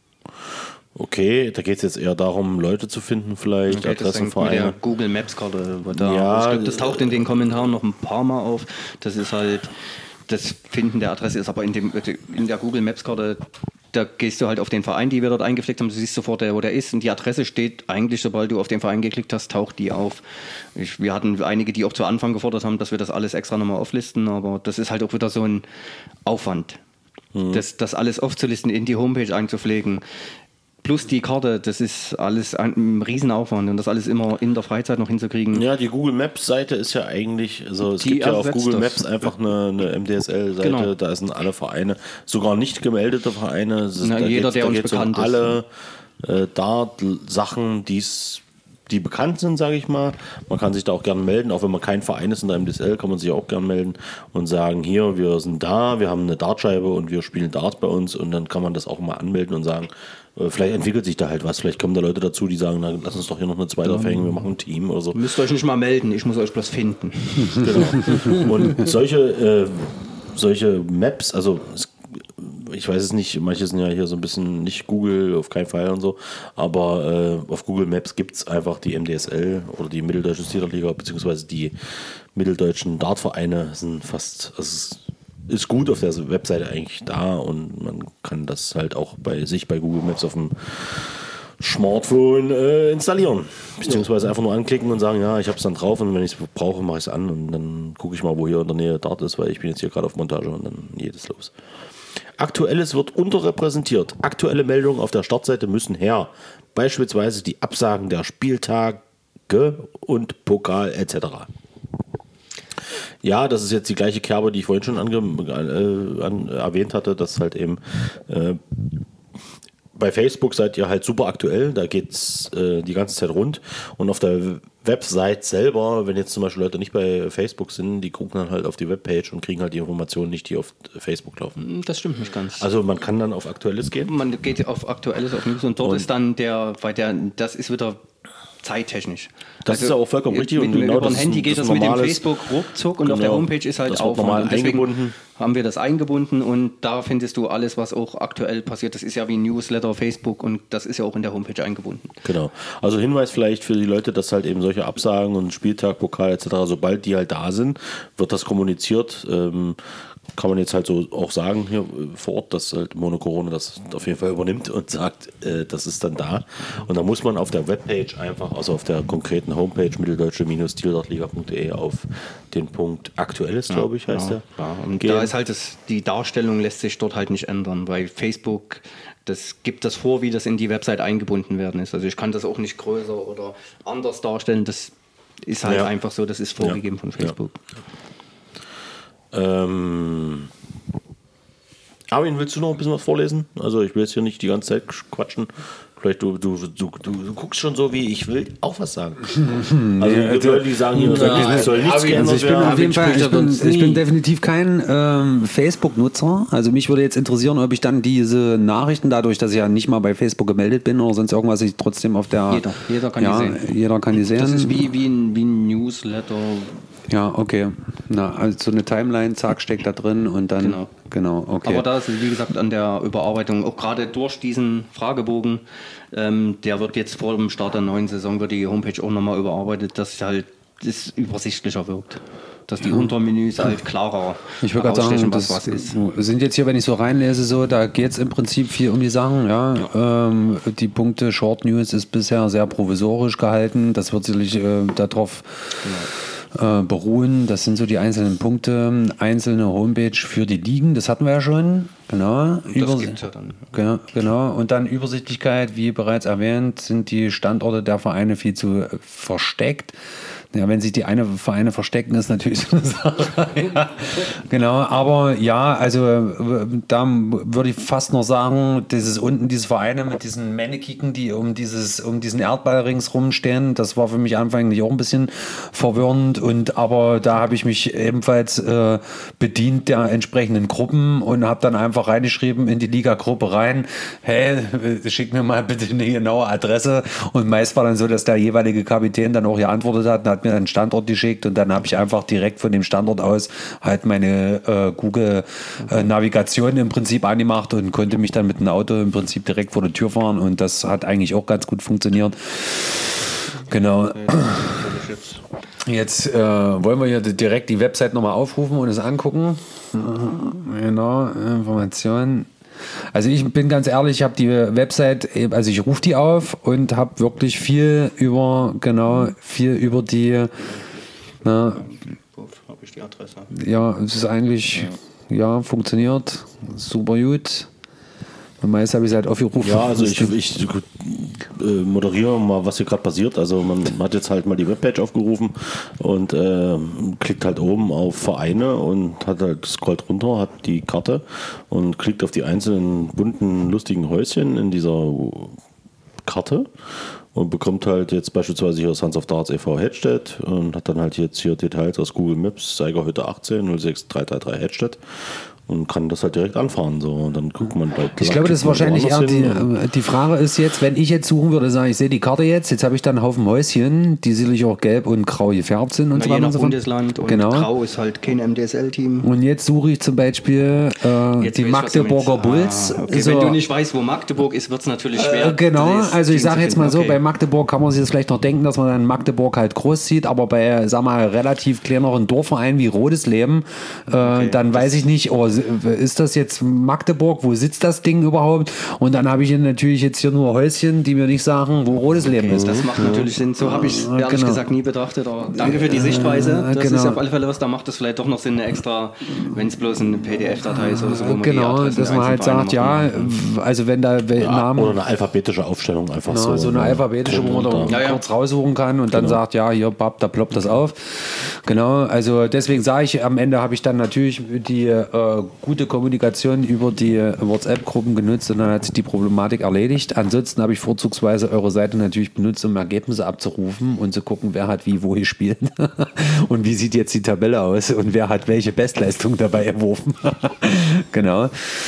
Okay, da geht es jetzt eher darum, Leute zu finden vielleicht, Okay, das hängt mit der Adressenvereine. Google Maps Karte da. Ja, ich glaube, das taucht in den Kommentaren noch ein paar Mal auf. Das ist halt, das Finden der Adresse ist aber in, dem, in der Google Maps Karte, da gehst du halt auf den Verein, die wir dort eingepflegt haben, du siehst sofort, wo der ist und die Adresse steht eigentlich, sobald du auf den Verein geklickt hast, taucht die auf. Ich, wir hatten einige, die auch zu Anfang gefordert haben, dass wir das alles extra nochmal auflisten, aber das ist halt auch wieder so ein Aufwand, mhm. das, das alles aufzulisten, in die Homepage einzupflegen. Plus die Karte, das ist alles ein Riesenaufwand und das alles immer in der Freizeit noch hinzukriegen. Ja, die Google Maps Seite ist ja eigentlich, also es Die gibt ja auf ersetzt Google das. Maps einfach eine, eine M D S L-Seite, Genau. da sind alle Vereine, sogar nicht gemeldete Vereine. Es ist, Na, da jeder, geht's, der da uns geht's bekannt um ist. alle äh, Dart-Sachen, die's die bekannt sind, sage ich mal. Man kann sich da auch gerne melden, auch wenn man kein Verein ist in der M D S L, kann man sich auch gerne melden und sagen, hier, wir sind da, wir haben eine Dartscheibe und wir spielen Dart bei uns und dann kann man das auch mal anmelden und sagen, äh, vielleicht entwickelt sich da halt was, vielleicht kommen da Leute dazu, die sagen, na, lass uns doch hier noch eine zweite aufhängen, wir machen ein Team oder so. Ihr müsst euch nicht mal melden, ich muss euch bloß finden. Genau. Und solche, äh, solche Maps, also es, ich weiß es nicht, manche sind ja hier so ein bisschen nicht Google, auf keinen Fall und so, aber äh, auf Google Maps gibt es einfach die M D S L oder die Mitteldeutsche Liga, beziehungsweise die mitteldeutschen Dartvereine sind fast, also es ist gut auf der Webseite eigentlich da und man kann das halt auch bei sich bei Google Maps auf dem Smartphone äh, installieren. Beziehungsweise einfach nur anklicken und sagen, ja, ich habe es dann drauf und wenn ich es brauche, mache ich es an und dann gucke ich mal, wo hier in der Nähe Dart ist, weil ich bin jetzt hier gerade auf Montage und dann jedes los. Aktuelles wird unterrepräsentiert. Aktuelle Meldungen auf der Startseite müssen her. Beispielsweise die Absagen der Spieltage und Pokal et cetera. Ja, das ist jetzt die gleiche Kerbe, die ich vorhin schon ange äh, an, erwähnt hatte, dass halt eben äh, bei Facebook seid ihr halt super aktuell, da geht es äh, die ganze Zeit rund und auf der Website selber, wenn jetzt zum Beispiel Leute nicht bei Facebook sind, die gucken dann halt auf die Webpage und kriegen halt die Informationen nicht, die auf Facebook laufen. Das stimmt nicht ganz. Also man kann dann auf Aktuelles gehen. Man geht auf Aktuelles, auf News und dort Und- ist dann der, weil der, das ist wieder zeittechnisch. Das ist ja auch vollkommen richtig Mit, und genau über das ein ist Handy ein- geht das das, ist mit dem normales- Facebook ruckzuck und auf Genau. der Homepage ist halt Das wird Aufwand. normal Und deswegen eingebunden. haben wir das eingebunden und da findest du alles, was auch aktuell passiert. Das ist ja wie Newsletter, Facebook und das ist ja auch in der Homepage eingebunden. Genau. Also Hinweis vielleicht für die Leute, dass halt eben solche Absagen und Spieltag, Pokal et cetera, sobald die halt da sind, wird das kommuniziert. Ähm, kann man jetzt halt so auch sagen hier äh, vor Ort, dass halt Mono Corona das auf jeden Fall übernimmt und sagt, äh, das ist dann da. Und da muss man auf der Webpage einfach, also auf der konkreten Homepage mitteldeutsche-tierdartliga punkt de auf den Punkt Aktuelles, glaube ich, heißt der. Ja, und gehen. da ist halt das, die Darstellung lässt sich dort halt nicht ändern, weil Facebook, das gibt das vor, wie das in die Website eingebunden werden ist. Also ich kann das auch nicht größer oder anders darstellen, das ist halt Ja. einfach so, das ist vorgegeben Ja. von Facebook. Ähm, Armin, willst du noch ein bisschen was vorlesen? Also ich will jetzt hier nicht die ganze Zeit quatschen. Vielleicht du, du, du, du, du guckst schon so wie ich will auch was sagen. Also die Leute, die sagen, hier soll, soll nichts geändert Also ich bin werden. auf jeden Fall, ich bin, ich bin definitiv kein ähm, Facebook-Nutzer. Also mich würde jetzt interessieren, ob ich dann diese Nachrichten, dadurch, dass ich ja nicht mal bei Facebook gemeldet bin oder sonst irgendwas, ich trotzdem auf der... Jeder, jeder kann ja, die sehen. Jeder kann die sehen. Das ist wie, wie, ein, wie ein Newsletter. Ja, okay. Na, also so eine Timeline, zack, steckt da drin und dann... Genau. Genau, okay. Aber da ist, wie gesagt, an der Überarbeitung, auch gerade durch diesen Fragebogen, ähm, der wird jetzt vor dem Start der neuen Saison, wird die Homepage auch nochmal überarbeitet, dass halt das übersichtlicher wirkt. Dass die Untermenüs halt klarer Ich würde gerade sagen, was das was ist. sind jetzt hier, wenn ich so reinlese, so, da geht es im Prinzip viel um die Sachen. Ja. ja. Ähm, die Punkte Short News ist bisher sehr provisorisch gehalten. Das wird sicherlich äh, darauf genau. äh, beruhen. Das sind so die einzelnen Punkte. Einzelne Homepage für die Ligen, das hatten wir ja schon. Genau. Das Übers- gibt's ja dann. Genau, genau. Und dann Übersichtlichkeit, wie bereits erwähnt, sind die Standorte der Vereine viel zu äh, versteckt. Ja, wenn sich die eine Vereine verstecken, ist natürlich so eine Sache. Ja, genau, aber ja, also da würde ich fast noch sagen, dieses unten, diese Vereine mit diesen Mannekiken, die um dieses, um diesen Erdball ringsrum stehen, das war für mich anfänglich auch ein bisschen verwirrend. Und aber da habe ich mich ebenfalls äh, bedient der entsprechenden Gruppen und habe dann einfach reingeschrieben in die Liga-Gruppe rein, hey, schick mir mal bitte eine genaue Adresse. Und meist war dann so, dass der jeweilige Kapitän dann auch geantwortet hat, hat mir einen Standort geschickt und dann habe ich einfach direkt von dem Standort aus halt meine äh, Google-Navigation äh, im Prinzip angemacht und konnte mich dann mit dem Auto im Prinzip direkt vor der Tür fahren und das hat eigentlich auch ganz gut funktioniert. Genau. Jetzt äh, wollen wir hier direkt die Website nochmal aufrufen und es angucken. Genau, Informationen. Also ich bin ganz ehrlich, ich habe die Website, also ich rufe die auf und habe wirklich viel über, genau, viel über die, na, Habe ich die Adresse? ja, es ist eigentlich, ja, ja funktioniert, super gut. Und meist habe ich es halt aufgerufen. Ja, also ich, ich äh, moderiere mal, was hier gerade passiert. Also man hat jetzt halt mal die Webpage aufgerufen und äh, klickt halt oben auf Vereine und hat halt scrollt runter, hat die Karte und klickt auf die einzelnen bunten, lustigen Häuschen in dieser Karte und bekommt halt jetzt beispielsweise hier Sons of Darts e V Hedstedt und hat dann halt jetzt hier Details aus Google Maps, Seigerhütte achtzehn null sechs drei drei drei Hedstedt. Und kann das halt direkt anfahren. So. Und dann guckt man halt. Ich glaube, das ist wahrscheinlich eher die, die Frage ist jetzt, wenn ich jetzt suchen würde, sagen, ich sehe die Karte jetzt, jetzt habe ich dann einen Haufen Häuschen, die sicherlich auch gelb und grau gefärbt sind und ja, so weiter. Je nach und so Bundesland und genau. Grau ist halt kein M D S L-Team. Und jetzt suche ich zum Beispiel äh, die Magdeburger Bulls. Ah, okay. so. Wenn du nicht weißt, wo Magdeburg ist, wird es natürlich schwer. Äh, genau, das also ich Team sage zu jetzt mal finden. so, Okay. bei Magdeburg kann man sich das vielleicht noch denken, dass man dann Magdeburg halt groß sieht, aber bei, sag mal, relativ kleineren Dorfvereinen wie Rodesleben, äh, Okay, dann weiß ich nicht, oh, ist das jetzt Magdeburg, wo sitzt das Ding überhaupt? Und dann habe ich hier natürlich jetzt hier nur Häuschen, die mir nicht sagen, wo Rodesleben Okay, ist. das macht natürlich Sinn. So habe ich es ehrlich genau. gesagt nie betrachtet. Aber danke für die Sichtweise. Das genau. ist auf alle Fälle was. Da macht es vielleicht doch noch Sinn, eine extra, wenn es bloß eine P D F-Datei ist oder so, wo man Genau, die Adressen dass man der halt einzelnen sagt, ja, Vereine also wenn da ja, Namen... oder eine alphabetische Aufstellung einfach Na, so. so eine alphabetische, wo man da Ja, ja. kurz raussuchen kann und dann sagt, ja, hier, bap, da ploppt das auf. Genau, also deswegen sage ich, am Ende habe ich dann natürlich die äh, gute Kommunikation über die WhatsApp-Gruppen genutzt und dann hat sich die Problematik erledigt. Ansonsten habe ich vorzugsweise eure Seite natürlich benutzt, um Ergebnisse abzurufen und zu gucken, wer hat wie wo gespielt und wie sieht jetzt die Tabelle aus und wer hat welche Bestleistung dabei erworfen. Genau.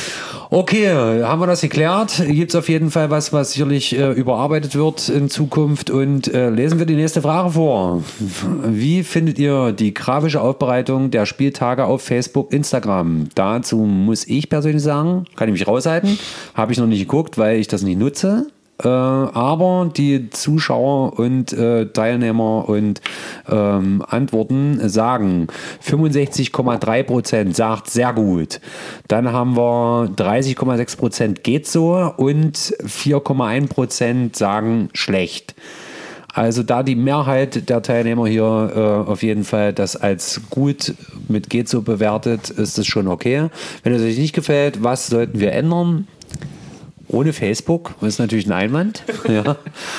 Okay, haben wir das geklärt? Gibt es auf jeden Fall was, was sicherlich äh, überarbeitet wird in Zukunft und äh, lesen wir die nächste Frage vor. Wie findet ihr die grafische Aufbereitung der Spieltage auf Facebook, Instagram? Dazu muss ich persönlich sagen, kann ich mich raushalten, habe ich noch nicht geguckt, weil ich das nicht nutze. Äh, aber die Zuschauer und äh, Teilnehmer und ähm, Antworten sagen, fünfundsechzig Komma drei Prozent sagt sehr gut. Dann haben wir dreißig Komma sechs Prozent geht so und vier Komma eins Prozent sagen schlecht. Also da die Mehrheit der Teilnehmer hier äh, auf jeden Fall das als gut mit geht so bewertet, ist es schon okay. Wenn es euch nicht gefällt, was sollten wir ändern? Ohne Facebook, das ist natürlich ein Einwand. Ja.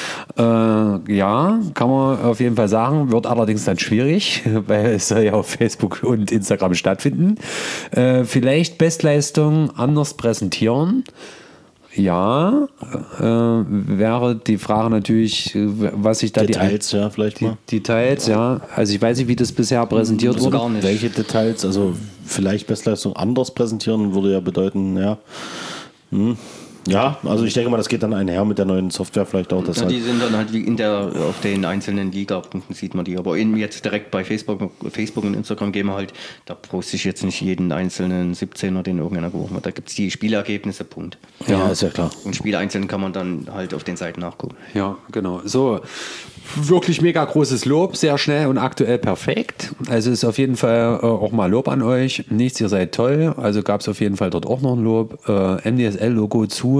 Äh, ja, kann man auf jeden Fall sagen, wird allerdings dann schwierig, weil es soll ja auf Facebook und Instagram stattfinden. Äh, vielleicht Bestleistung anders präsentieren. ja, äh, wäre die Frage natürlich, was sich da Details, die ja, vielleicht die, mal. Details, ja. Also ich weiß nicht, wie das bisher präsentiert wurde. gar nicht. Welche Details, also vielleicht Bestleistung anders präsentieren, würde ja bedeuten, ja. Hm. Ja, also ich denke mal, das geht dann einher mit der neuen Software vielleicht auch. Das Ja, halt die sind dann halt wie in der, auf den einzelnen Liga-Punkten sieht man die. Aber in, jetzt direkt bei Facebook, Facebook und Instagram gehen wir halt, da poste ich jetzt nicht jeden einzelnen siebzehner, den irgendeiner geworfen hat. Da gibt es die Spielergebnisse, Punkt. ja, ist ja klar. Und Spiele einzeln kann man dann halt auf den Seiten nachgucken. Ja, genau. So, wirklich mega großes Lob, sehr schnell und aktuell perfekt. Also ist auf jeden Fall äh, auch mal Lob an euch. Nichts, ihr seid toll. Also gab es auf jeden Fall dort auch noch ein Lob. Äh, M D S L-Logo zu.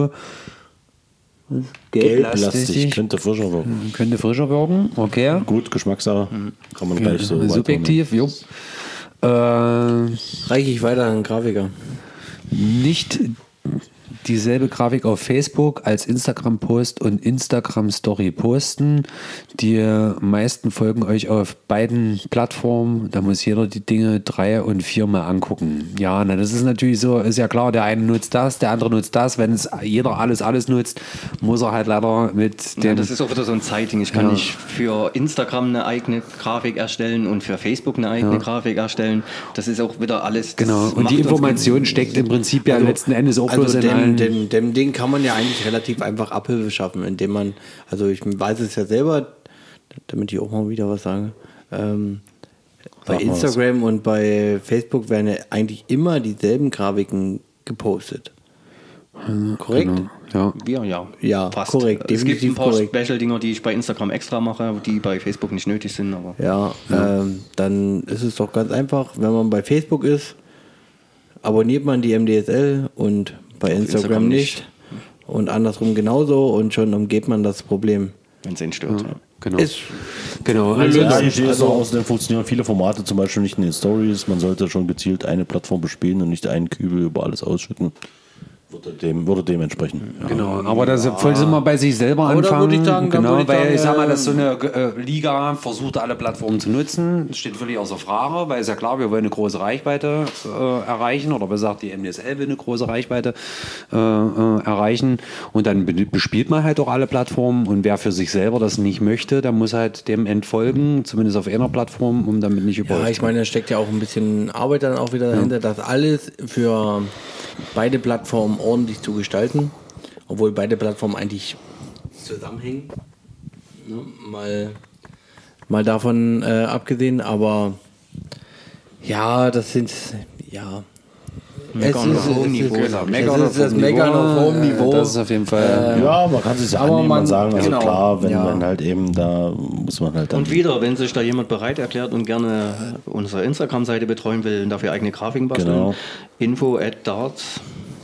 Gelblastig, könnte frischer wirken. Könnte frischer wirken, okay. Gut, Geschmackssache, kann man gleich so Subjektiv, jo. Äh, Reiche ich weiter an den Grafiker. nicht dieselbe Grafik auf Facebook als Instagram-Post und Instagram-Story posten. Die meisten folgen euch auf beiden Plattformen. Da muss jeder die Dinge drei- und viermal angucken. Ja, na, das ist natürlich so, ist ja klar, der eine nutzt das, der andere nutzt das. Wenn es jeder alles, alles nutzt, muss er halt leider mit Ja, dem... das ist auch wieder so ein Zeitding. Ich kann Ja. nicht für Instagram eine eigene Grafik erstellen und für Facebook eine eigene Ja. Grafik erstellen. Das ist auch wieder alles... das Genau, und macht die uns Information keinen- steckt im Prinzip ja letzten Endes auch bloß Also in dem, allen... dem, dem Ding kann man ja eigentlich relativ einfach Abhilfe schaffen, indem man, also ich weiß es ja selber, damit ich auch mal wieder was sage, ähm, bei Sag mal was. Instagram und bei Facebook werden ja eigentlich immer dieselben Grafiken gepostet. Korrekt? Genau, ja. Ja, ja. Ja, Passt. korrekt, Es gibt definitiv ein paar korrekt. Special-Dinger, die ich bei Instagram extra mache, die bei Facebook nicht nötig sind. Aber Ja, Ähm, dann ist es doch ganz einfach, wenn man bei Facebook ist, abonniert man die M D S L und bei Instagram, Instagram nicht. nicht. Und andersrum genauso und schon umgeht man das Problem. wenn es ihn stört. Ja. Genau. Ist genau. Also, Ja, ich sehe es Also- auch, außerdem funktionieren viele Formate zum Beispiel nicht in den Stories. Man sollte schon gezielt eine Plattform bespielen und nicht einen Kübel über alles ausschütten. Würde dem, würde dem entsprechen. Ja. Genau, aber das voll sind wir bei sich selber Aber da anfangen. würde ich sagen, dann genau, würde ich weil sagen, ich sag mal, äh, dass so eine äh, Liga versucht, alle Plattformen zu nutzen. Das steht völlig außer Frage, weil es ja klar, wir wollen eine große Reichweite äh, erreichen oder besser gesagt, die M D S L will eine große Reichweite äh, äh, erreichen. Und dann be- bespielt man halt auch alle Plattformen und wer für sich selber das nicht möchte, der muss halt dem entfolgen, zumindest auf einer Plattform, um damit nicht über. Ja, ich meine, da steckt ja auch ein bisschen Arbeit dann auch wieder dahinter, das alles für beide Plattformen ordentlich zu gestalten, obwohl beide Plattformen eigentlich zusammenhängen. Ne? Mal, mal davon äh, abgesehen, aber ja, das sind, ja. Meckern auf hohem Niveau, es sag ist, ich. es ist das Meckern auf hohem Niveau. Das ist auf jeden Fall. Ja, man kann es sich aber annehmen man- und sagen, also genau, klar, wenn ja. man halt eben, da muss man halt dann... Und wieder, wenn sich da jemand bereit erklärt und gerne unsere Instagram-Seite betreuen will und dafür eigene Grafiken basteln, Genau. info at darts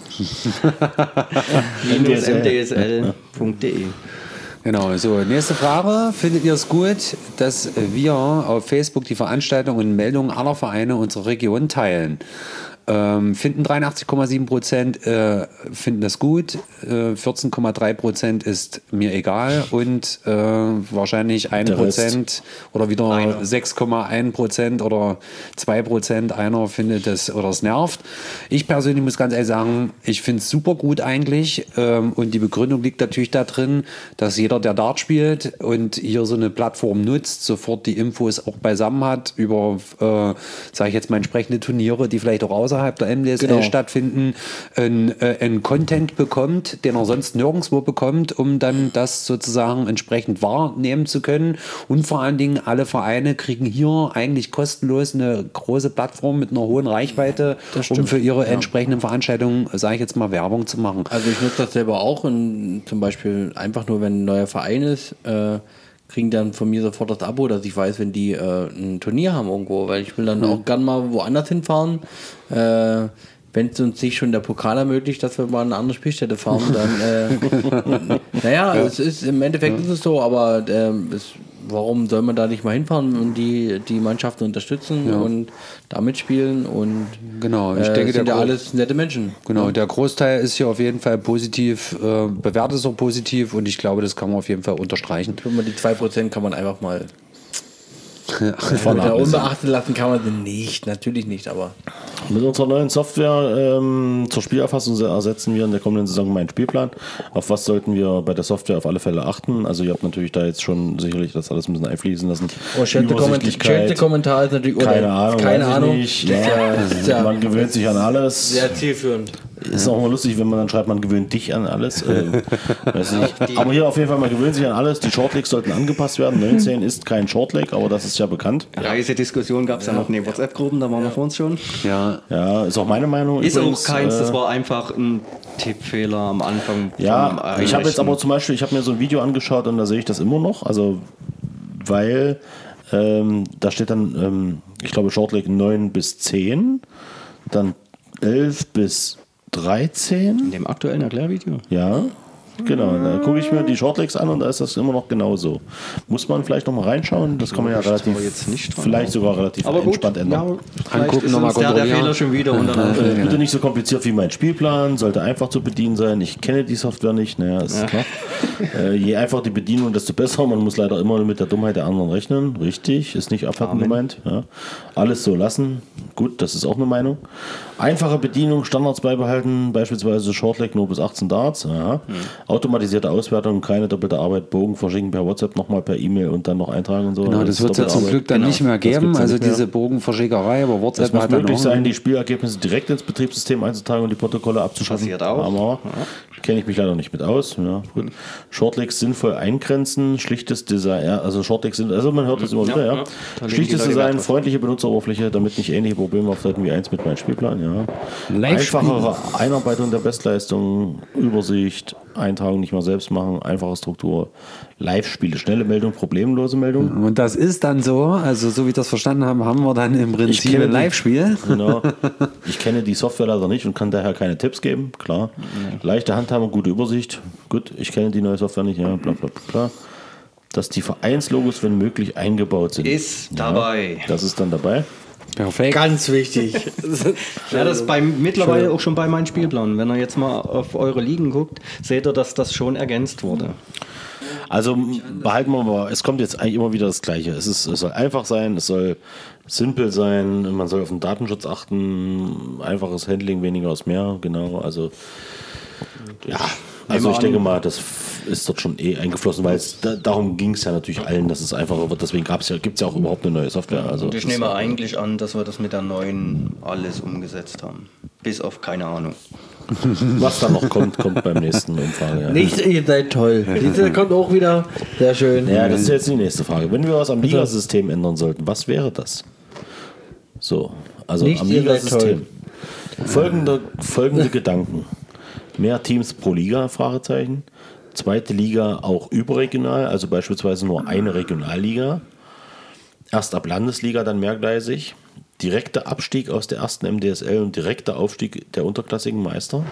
m d s l punkt d e. Genau, so, nächste Frage. Findet ihr es gut, dass wir auf Facebook die Veranstaltungen und Meldungen aller Vereine unserer Region teilen? Ähm, finden dreiundachtzig Komma sieben Prozent äh, finden das gut, äh, vierzehn Komma drei Prozent ist mir egal und äh, wahrscheinlich ein Der Rest. Prozent oder wieder sechs Komma eins Prozent oder zwei Prozent einer findet das oder es nervt. Ich persönlich muss ganz ehrlich sagen, ich finde es super gut eigentlich ähm, und die Begründung liegt natürlich da drin, dass jeder, der Dart spielt und hier so eine Plattform nutzt, sofort die Infos auch beisammen hat über, äh, sage ich jetzt mal, entsprechende Turniere, die vielleicht auch außerhalb der M D S L Genau. stattfinden, ein, äh, ein Content bekommt, den er sonst nirgendwo bekommt, um dann das sozusagen entsprechend wahrnehmen zu können. Und vor allen Dingen alle Vereine kriegen hier eigentlich kostenlos eine große Plattform mit einer hohen Reichweite, um für ihre entsprechenden Veranstaltungen, sage ich jetzt mal, Werbung zu machen. Also ich nutze das selber auch und zum Beispiel einfach nur, wenn ein neuer Verein ist, äh, kriegen dann von mir sofort das Abo, dass ich weiß, wenn die äh, ein Turnier haben irgendwo, weil ich will dann auch gern mal woanders hinfahren. Äh, wenn es uns nicht schon der Pokal ermöglicht, dass wir mal eine andere Spielstätte fahren, dann äh, naja, es ist im Endeffekt ist es so, aber ähm, es, warum soll man da nicht mal hinfahren und die, die Mannschaften unterstützen und da mitspielen und Genau, ich äh, denke, sind der ja Gro- alles nette Menschen. Genau, der Großteil ist hier auf jeden Fall positiv, äh, bewertet es auch positiv und ich glaube, das kann man auf jeden Fall unterstreichen. Wenn man die zwei Prozent kann man einfach mal Ja, unbeachtet lassen kann man sie nicht, natürlich nicht, aber... Mit unserer neuen Software ähm, zur Spielerfassung ersetzen wir in der kommenden Saison meinen Spielplan. Auf was sollten wir bei der Software auf alle Fälle achten? Also ihr habt natürlich da jetzt schon sicherlich das alles ein bisschen einfließen lassen. Oh, schönste Kommentar, Kommentar ist natürlich... Keine Ahnung, keine Ahnung. Nicht. Ja, das ist ja, man gewöhnt sich an alles. Sehr zielführend. Ist auch mal lustig, wenn man dann schreibt, man gewöhnt dich an alles. Äh, weiß nicht. Aber hier auf jeden Fall, man gewöhnt sich an alles. Die Shortlegs sollten angepasst werden. neunzehn ist kein Shortleg, aber das ist ja bekannt. Reisediskussion gab es ja noch in den WhatsApp-Gruppen, da waren wir vor uns schon. Ja. Ja, ist auch meine Meinung. Ist übrigens, auch keins, äh, das war einfach ein Tippfehler am Anfang. Ja, ich habe jetzt aber zum Beispiel, ich habe mir so ein Video angeschaut und da sehe ich das immer noch. Also, weil ähm, da steht dann, ähm, ich glaube, Shortleg neun bis zehn, dann elf bis dreizehn. In dem aktuellen Erklärvideo? Ja, genau. Da gucke ich mir die Shortlegs an und da ist das immer noch genauso. Muss man vielleicht noch mal reinschauen? Das kann man ja relativ, jetzt nicht dran, vielleicht sogar relativ aber entspannt gut, ändern. Ja, Angucken, ist nochmal uns der, der kontrollieren. Fehler schon wieder. Und dann Äh, bitte nicht so kompliziert wie mein Spielplan, sollte einfach zu bedienen sein. Ich kenne die Software nicht, naja, ist ja. klar. Äh, je einfacher die Bedienung, desto besser. Man muss leider immer mit der Dummheit der anderen rechnen. Richtig, ist nicht abwertend gemeint. Ja. Alles so lassen. Gut, das ist auch eine Meinung. Einfache Bedienung, Standards beibehalten, beispielsweise Shortleg nur bis achtzehn Darts. Ja. Mhm. Automatisierte Auswertung, keine doppelte Arbeit, Bogen verschicken per WhatsApp, nochmal per E-Mail und dann noch eintragen und so. Genau, das, das wird es ja zum Glück dann genau. nicht mehr geben. Also diese mehr. Bogenverschickerei, aber WhatsApp es muss hat möglich dann sein, die Spielergebnisse direkt ins Betriebssystem einzutragen und die Protokolle abzuschaffen. Passiert auch. Aber ja. kenne ich mich leider nicht mit aus. Ja, gut. Shortlegs sinnvoll eingrenzen, schlichtes Design, also Shortlegs sind, also man hört das immer ja, wieder, ja. ja. Schlichtes Design, freundliche Benutzeroberfläche, damit nicht ähnliche Probleme auftreten wie eins mit meinem Spielplan, ja. Einfachere Einarbeitung der Bestleistung, Übersicht, Eintragung nicht mal selbst machen, einfache Struktur, Live-Spiele, schnelle Meldung, problemlose Meldung. Und das ist dann so, also so wie wir das verstanden haben, haben wir dann im Prinzip ein Live-Spiel. Genau. Ich kenne die Software leider nicht und kann daher keine Tipps geben, klar. Ja. Leichte Handhabung, gute Übersicht, gut, ich kenne die neue Software nicht, ja, bla bla bla, klar. Dass die Vereinslogos, wenn möglich, eingebaut sind. Ist dabei. Ja, das ist dann dabei. Perfekt. Ganz wichtig. Ja, das ist bei, mittlerweile auch schon bei meinem Spielplan. Wenn ihr jetzt mal auf eure Ligen guckt, seht ihr, dass das schon ergänzt wurde. Also behalten wir mal, es kommt jetzt eigentlich immer wieder das Gleiche. Es, ist, es soll einfach sein, es soll simpel sein, man soll auf den Datenschutz achten, einfaches Handling, weniger ist mehr, genau. Also ja, also ich denke mal, das ist dort schon eh eingeflossen, weil es da, darum ging es ja natürlich allen, dass es einfacher wird. Deswegen ja, gibt es ja auch überhaupt eine neue Software. Also und ich nehme ja eigentlich an, dass wir das mit der neuen alles umgesetzt haben. Bis auf keine Ahnung. Was da noch kommt, kommt beim nächsten Umfrage. Ja. Nicht, ihr seid toll. Diese kommt auch wieder. Sehr schön. Ja, das ist jetzt die nächste Frage. Wenn wir was am Ligasystem ändern sollten, was wäre das? So, also Nicht, am Ligasystem. Folgende, folgende Gedanken. Mehr Teams pro Liga, Fragezeichen. Zweite Liga auch überregional, also beispielsweise nur eine Regionalliga. Erst ab Landesliga dann mehrgleisig. Direkter Abstieg aus der ersten M D S L und direkter Aufstieg der unterklassigen Meister.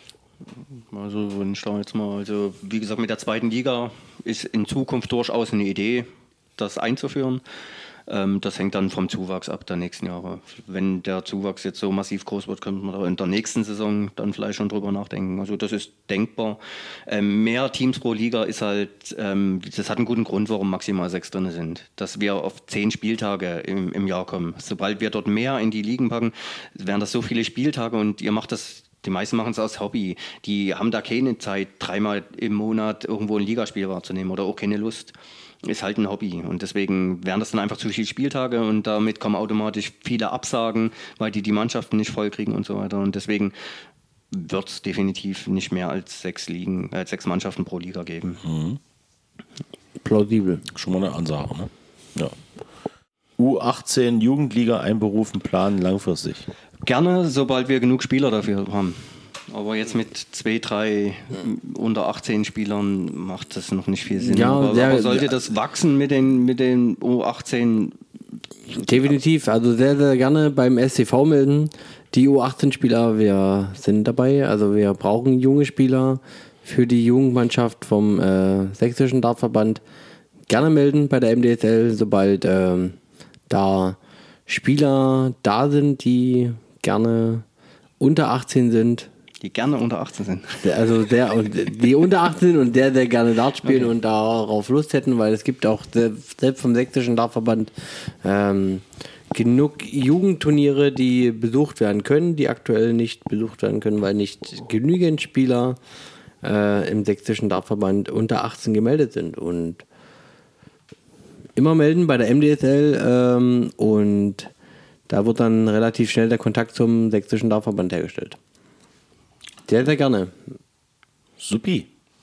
Also wenn ich da jetzt mal, also wie gesagt, mit der zweiten Liga ist in Zukunft durchaus eine Idee, das einzuführen. Das hängt dann vom Zuwachs ab der nächsten Jahre. Wenn der Zuwachs jetzt so massiv groß wird, könnte man da in der nächsten Saison dann vielleicht schon drüber nachdenken. Also das ist denkbar. Ähm, mehr Teams pro Liga ist halt, ähm, das hat einen guten Grund, warum maximal sechs drin sind. Dass wir auf zehn Spieltage im, im Jahr kommen. Sobald wir dort mehr in die Ligen packen, wären das so viele Spieltage und ihr macht das. Die meisten machen es aus Hobby. Die haben da keine Zeit, dreimal im Monat irgendwo ein Ligaspiel wahrzunehmen oder auch keine Lust. Ist halt ein Hobby und deswegen wären das dann einfach zu viele Spieltage und damit kommen automatisch viele Absagen, weil die die Mannschaften nicht voll kriegen und so weiter. Und deswegen wird es definitiv nicht mehr als sechs Ligen, als sechs Mannschaften pro Liga geben. Mhm. Plausibel. Schon mal eine Ansage, ne? Ja. U achtzehn Jugendliga einberufen, planen langfristig. Gerne, sobald wir genug Spieler dafür haben. Aber jetzt mit zwei, drei unter achtzehn Spielern macht das noch nicht viel Sinn. Ja, aber, sehr, aber sollte das wachsen mit den, mit den U achtzehn? Definitiv, also sehr, sehr gerne beim S C V melden. Die U achtzehn-Spieler, wir sind dabei. Also wir brauchen junge Spieler für die Jugendmannschaft vom äh, Sächsischen Dartverband. Gerne melden bei der M D S L, sobald äh, da Spieler da sind, die gerne unter achtzehn sind. Die gerne unter achtzehn sind. Der, also der, die unter achtzehn und der, der gerne Dart spielen okay. und darauf Lust hätten, weil es gibt auch selbst vom sächsischen Dartverband ähm, genug Jugendturniere, die besucht werden können, die aktuell nicht besucht werden können, weil nicht genügend Spieler äh, im sächsischen Dartverband unter achtzehn gemeldet sind. Und immer melden bei der M D S L ähm, und da wird dann relativ schnell der Kontakt zum sächsischen Dartverband hergestellt. Sehr, sehr gerne. Supi.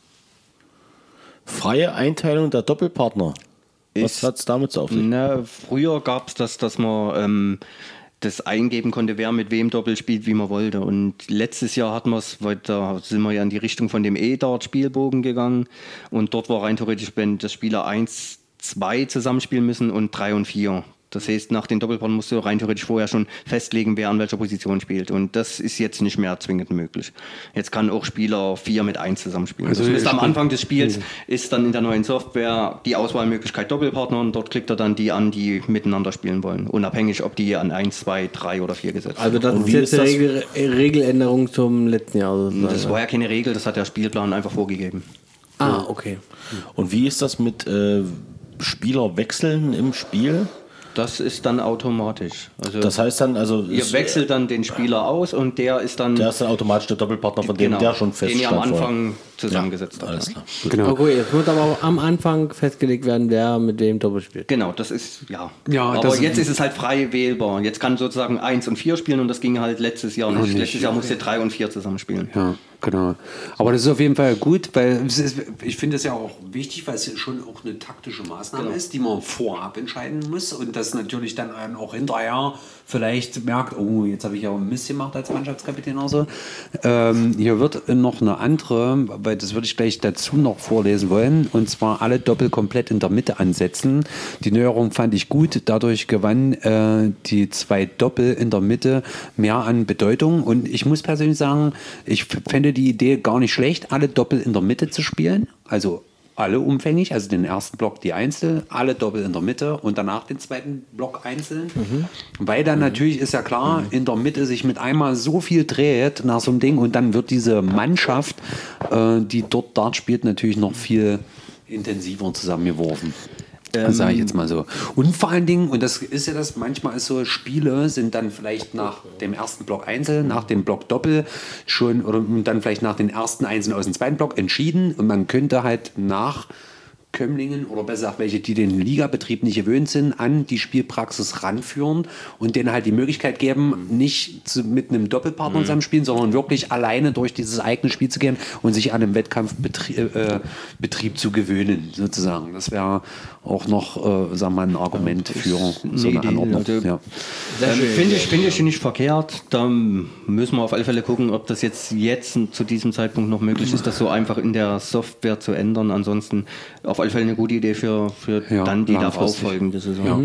Freie Einteilung der Doppelpartner. Was hat es damit so auf sich? Na, früher gab es das, dass man ähm, das eingeben konnte, wer mit wem Doppel spielt, wie man wollte. Und letztes Jahr hatten wir es, weil da sind wir ja in die Richtung von dem E-Dart-Spielbogen gegangen. Und dort war rein theoretisch, wenn das Spieler eins, zwei zusammenspielen müssen und drei und vier. Das heißt, nach den Doppelpartnern musst du rein theoretisch vorher schon festlegen, wer an welcher Position spielt. Und das ist jetzt nicht mehr zwingend möglich. Jetzt kann auch Spieler vier mit eins zusammenspielen. Also das ist am Anfang des Spiels, ist dann in der neuen Software die Auswahlmöglichkeit Doppelpartner und dort klickt er dann die an, die miteinander spielen wollen. Unabhängig, ob die an eins, zwei, drei oder vier gesetzt sind. Also das ist jetzt eine Regel, Regeländerung zum letzten Jahr. Sozusagen. Das war ja keine Regel, das hat der Spielplan einfach vorgegeben. Ah, okay. Und wie ist das mit äh, Spielerwechseln im Spiel? Das ist dann automatisch. Also das heißt dann, also ihr wechselt dann den Spieler aus und der ist dann der ist dann automatisch der Doppelpartner, von dem genau, der schon fest den ihr am stand Anfang vorher. zusammengesetzt Ja, habt. alles klar. Genau. Okay, es muss aber auch am Anfang festgelegt werden, wer mit wem Doppel spielt. Genau, das ist ja. ja aber das jetzt ist es halt frei wählbar. Jetzt kann sozusagen eins und vier spielen und das ging halt letztes Jahr nicht. nicht. Letztes Jahr musste drei und vier zusammenspielen. Ja. Genau. Aber das ist auf jeden Fall gut, weil es ist, ich finde es ja auch wichtig, weil es schon auch eine taktische Maßnahme genau. ist, die man vorab entscheiden muss und das natürlich dann auch hinterher vielleicht merkt, oh, jetzt habe ich ja auch einen Mist gemacht als Mannschaftskapitän oder so. Ähm, hier wird noch eine andere, weil das würde ich gleich dazu noch vorlesen wollen, und zwar alle Doppel komplett in der Mitte ansetzen. Die Neuerung fand ich gut, dadurch gewann äh, die zwei Doppel in der Mitte mehr an Bedeutung und ich muss persönlich sagen, ich fände die Idee gar nicht schlecht, alle Doppel in der Mitte zu spielen, also alle umfänglich, also den ersten Block die Einzel, alle Doppel in der Mitte und danach den zweiten Block einzeln, mhm. weil dann mhm. natürlich ist ja klar, mhm. in der Mitte sich mit einmal so viel dreht nach so einem Ding und dann wird diese Mannschaft, äh, die dort Dart spielt, natürlich noch viel intensiver zusammengeworfen. Ähm, sage ich jetzt mal so. Und vor allen Dingen, und das ist ja das, manchmal ist so, Spiele sind dann vielleicht nach dem ersten Block Einzel, nach dem Block Doppel schon, oder dann vielleicht nach den ersten Einzeln aus dem zweiten Block entschieden und man könnte halt nach Kömmlingen oder besser gesagt welche, die den Ligabetrieb nicht gewöhnt sind, an die Spielpraxis ranführen und denen halt die Möglichkeit geben, nicht zu, mit einem Doppelpartner mhm. zusammenspielen, sondern wirklich alleine durch dieses eigene Spiel zu gehen und sich an den Wettkampfbetrieb äh, Betrieb zu gewöhnen, sozusagen. Das wäre auch noch, äh, sagen wir mal, ein Argument ja, für so eine Anordnung. Ja. Ähm, Finde ich, find ich nicht verkehrt. Da müssen wir auf alle Fälle gucken, ob das jetzt, jetzt zu diesem Zeitpunkt noch möglich ist, das so einfach in der Software zu ändern. Ansonsten auf alle Fälle eine gute Idee für, für ja, dann die darauf folgende Saison. Ja.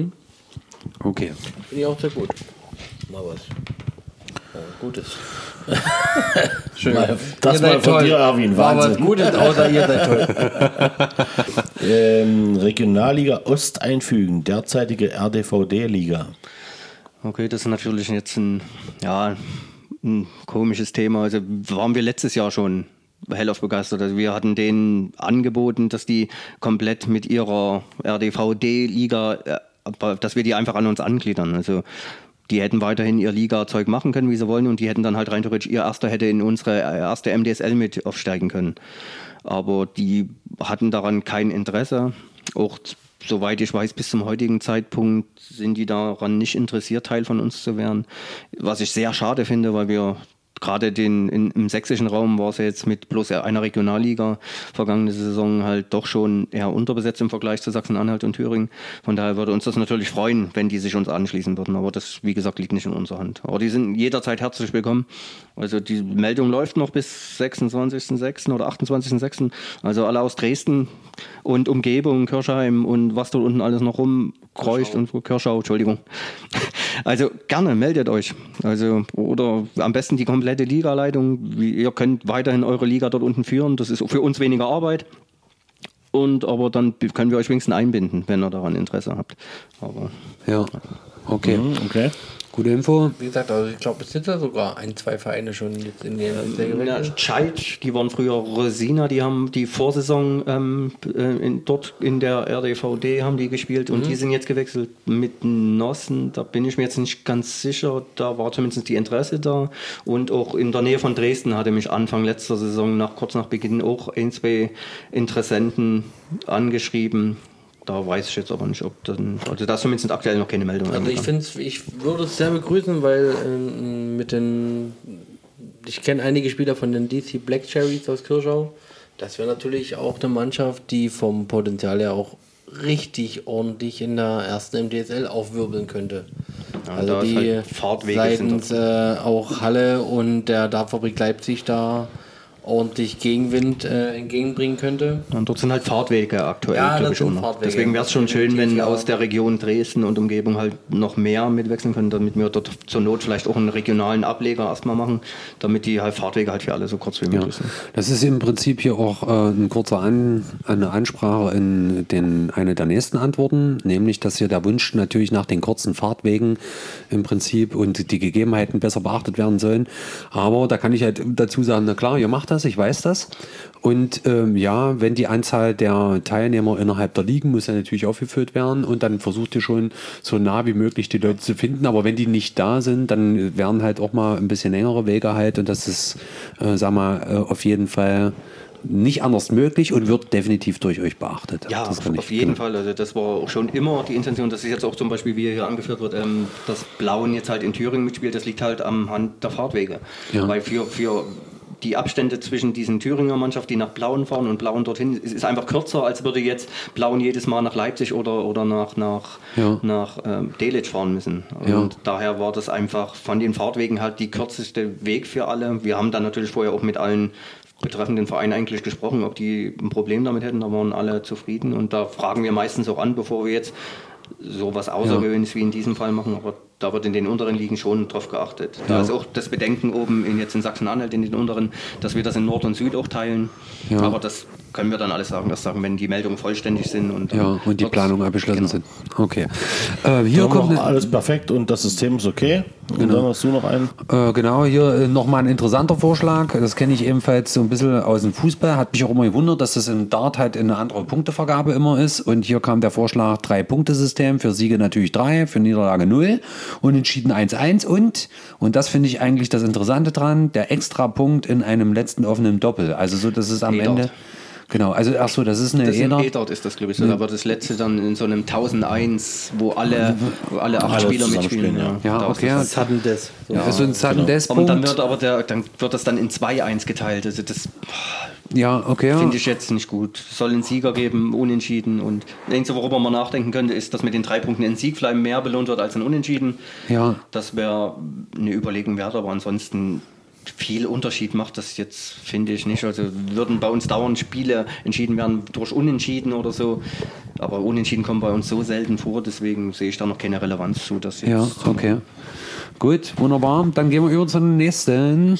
Okay. Finde ich auch sehr gut. Mal was. Oh, Gutes. Schön. Mal, das mal von toll. Dir, Erwin. Wahnsinn. Aber Gutes, außer ihr seid toll. ähm, Regionalliga Ost einfügen. Derzeitige R D V D-Liga. Okay, das ist natürlich jetzt ein, ja, ein komisches Thema. Also waren wir letztes Jahr schon hellauf begeistert. Also wir hatten denen angeboten, dass die komplett mit ihrer R D V D-Liga, äh, dass wir die einfach an uns angliedern. Also die hätten weiterhin ihr Liga-Zeug machen können, wie sie wollen, und die hätten dann halt rein theoretisch, ihr Erster hätte in unsere erste M D S L mit aufsteigen können. Aber die hatten daran kein Interesse. Auch soweit ich weiß, bis zum heutigen Zeitpunkt sind die daran nicht interessiert, Teil von uns zu werden. Was ich sehr schade finde, weil wir gerade den, in, im sächsischen Raum war es ja jetzt mit bloß einer Regionalliga vergangene Saison halt doch schon eher unterbesetzt im Vergleich zu Sachsen-Anhalt und Thüringen. Von daher würde uns das natürlich freuen, wenn die sich uns anschließen würden. Aber das, wie gesagt, liegt nicht in unserer Hand. Aber die sind jederzeit herzlich willkommen. Also die Meldung läuft noch bis sechsundzwanzigsten sechsten oder achtundzwanzigsten sechsten Also alle aus Dresden und Umgebung, Kirchheim und was dort unten alles noch rumkreucht und Kirschau, Entschuldigung. Also gerne, meldet euch. Also, oder am besten die komplette Ligaleitung. Ihr könnt weiterhin eure Liga dort unten führen. Das ist für uns weniger Arbeit. Und aber dann können wir euch wenigstens einbinden, wenn ihr daran Interesse habt. Aber, ja, okay. Mhm, okay. Gute Info. Wie gesagt, also ich glaube, es sind ja sogar ein, zwei Vereine schon jetzt in den ähm, ja, Scheid, die waren früher Rosina, die haben die Vorsaison ähm, in, dort in der R D V D haben die gespielt und mhm. die sind jetzt gewechselt mit Nossen, da bin ich mir jetzt nicht ganz sicher, da war zumindest die Interesse da und auch in der Nähe von Dresden hatte mich Anfang letzter Saison, nach, kurz nach Beginn, auch ein, zwei Interessenten angeschrieben. Da weiß ich jetzt aber nicht, ob dann, also da ist zumindest aktuell noch keine Meldung. Also ich finde, ich würde es sehr begrüßen, weil ähm, mit den, ich kenne einige Spieler von den D C Black Cherries aus Kirchau. Das wäre natürlich auch eine Mannschaft, die vom Potenzial her auch richtig ordentlich in der ersten M D S L aufwirbeln könnte. Ja, also die halt Fahrtwege seitens sind äh, auch Halle und der Dartfabrik Leipzig da ordentlich Gegenwind äh, entgegenbringen könnte. Und dort sind halt Fahrtwege aktuell, ja, glaube ich, auch noch. Fahrtwege. Deswegen wäre es schon schön, wenn ja. aus der Region Dresden und Umgebung halt noch mehr mitwechseln können, damit wir dort zur Not vielleicht auch einen regionalen Ableger erstmal machen, damit die halt Fahrtwege halt für alle so kurz wie möglich ja. sind. Das ist im Prinzip hier auch äh, ein kurzer An, eine Ansprache in den, eine der nächsten Antworten, nämlich, dass hier der Wunsch natürlich nach den kurzen Fahrtwegen im Prinzip und die Gegebenheiten besser beachtet werden sollen. Aber da kann ich halt dazu sagen, na klar, ihr macht das, ich weiß das. Und ähm, ja, wenn die Anzahl der Teilnehmer innerhalb der Ligen muss ja natürlich aufgefüllt werden und dann versucht ihr schon so nah wie möglich die Leute zu finden. Aber wenn die nicht da sind, dann werden halt auch mal ein bisschen längere Wege halt und das ist, äh, sag mal, äh, auf jeden Fall nicht anders möglich und wird definitiv durch euch beachtet. Ja, das auf, auf jeden Fall. Also das war auch schon immer die Intention. Das ist jetzt auch zum Beispiel, wie hier angeführt wird, ähm, dass Blauen jetzt halt in Thüringen mitspielt. Das liegt halt am Hand der Fahrtwege. Ja. Weil für, für die Abstände zwischen diesen Thüringer Mannschaft, die nach Blauen fahren und Blauen dorthin, ist, ist einfach kürzer, als würde jetzt Blauen jedes Mal nach Leipzig oder, oder nach, nach, ja. nach ähm, Delitzsch fahren müssen. Und ja. daher war das einfach von den Fahrtwegen halt die kürzeste Weg für alle. Wir haben dann natürlich vorher auch mit allen betreffenden Vereinen eigentlich gesprochen, ob die ein Problem damit hätten. Da waren alle zufrieden und da fragen wir meistens auch an, bevor wir jetzt so was Außergewöhnliches ja. wie in diesem Fall machen, aber da wird in den unteren Ligen schon drauf geachtet. Da ja. ist auch das Bedenken oben in, jetzt in Sachsen-Anhalt in den unteren, dass wir das in Nord und Süd auch teilen. Ja. Aber das können wir dann alles sagen, das sagen, wenn die Meldungen vollständig sind und, ja, und die Planungen abgeschlossen genau. sind. Okay. Äh, hier kommt alles perfekt und das System ist okay. Und genau. dann hast du noch einen. Äh, genau, hier äh, nochmal ein interessanter Vorschlag. Das kenne ich ebenfalls so ein bisschen aus dem Fußball. Hat mich auch immer gewundert, dass das im Dart halt eine andere Punktevergabe immer ist. Und hier kam der Vorschlag Drei-Punkte-System. Für Siege natürlich drei, für Niederlage null. Unentschieden eins eins. Und, und das finde ich eigentlich das Interessante dran, der Extrapunkt in einem letzten offenen Doppel. Also so, dass es am E-Dart. Ende... Genau, also ach so, das ist eine E-Dart. E-Dart ist das, glaube ich, so. Da wird das letzte dann in so einem tausendeins, wo alle, wo alle acht alle Spieler mitspielen. Ja, ja okay. Das Sudden Death. Ja, so ein Sudden Death Punkt. Und dann wird aber der, dann wird das dann in zwei eins geteilt. Also das ja, okay. finde ich jetzt nicht gut. Es soll einen Sieger geben, unentschieden. Und das Einzige, worüber man nachdenken könnte, ist, dass mit den drei Punkten ein Sieg vielleicht mehr belohnt wird als ein Unentschieden. Ja. Das wäre eine Überlegung wert, aber ansonsten viel Unterschied macht das jetzt, finde ich nicht. Also würden bei uns dauernd Spiele entschieden werden durch Unentschieden oder so. Aber Unentschieden kommen bei uns so selten vor, deswegen sehe ich da noch keine Relevanz zu. Dass jetzt ja, okay. Gut, wunderbar. Dann gehen wir über zum nächsten.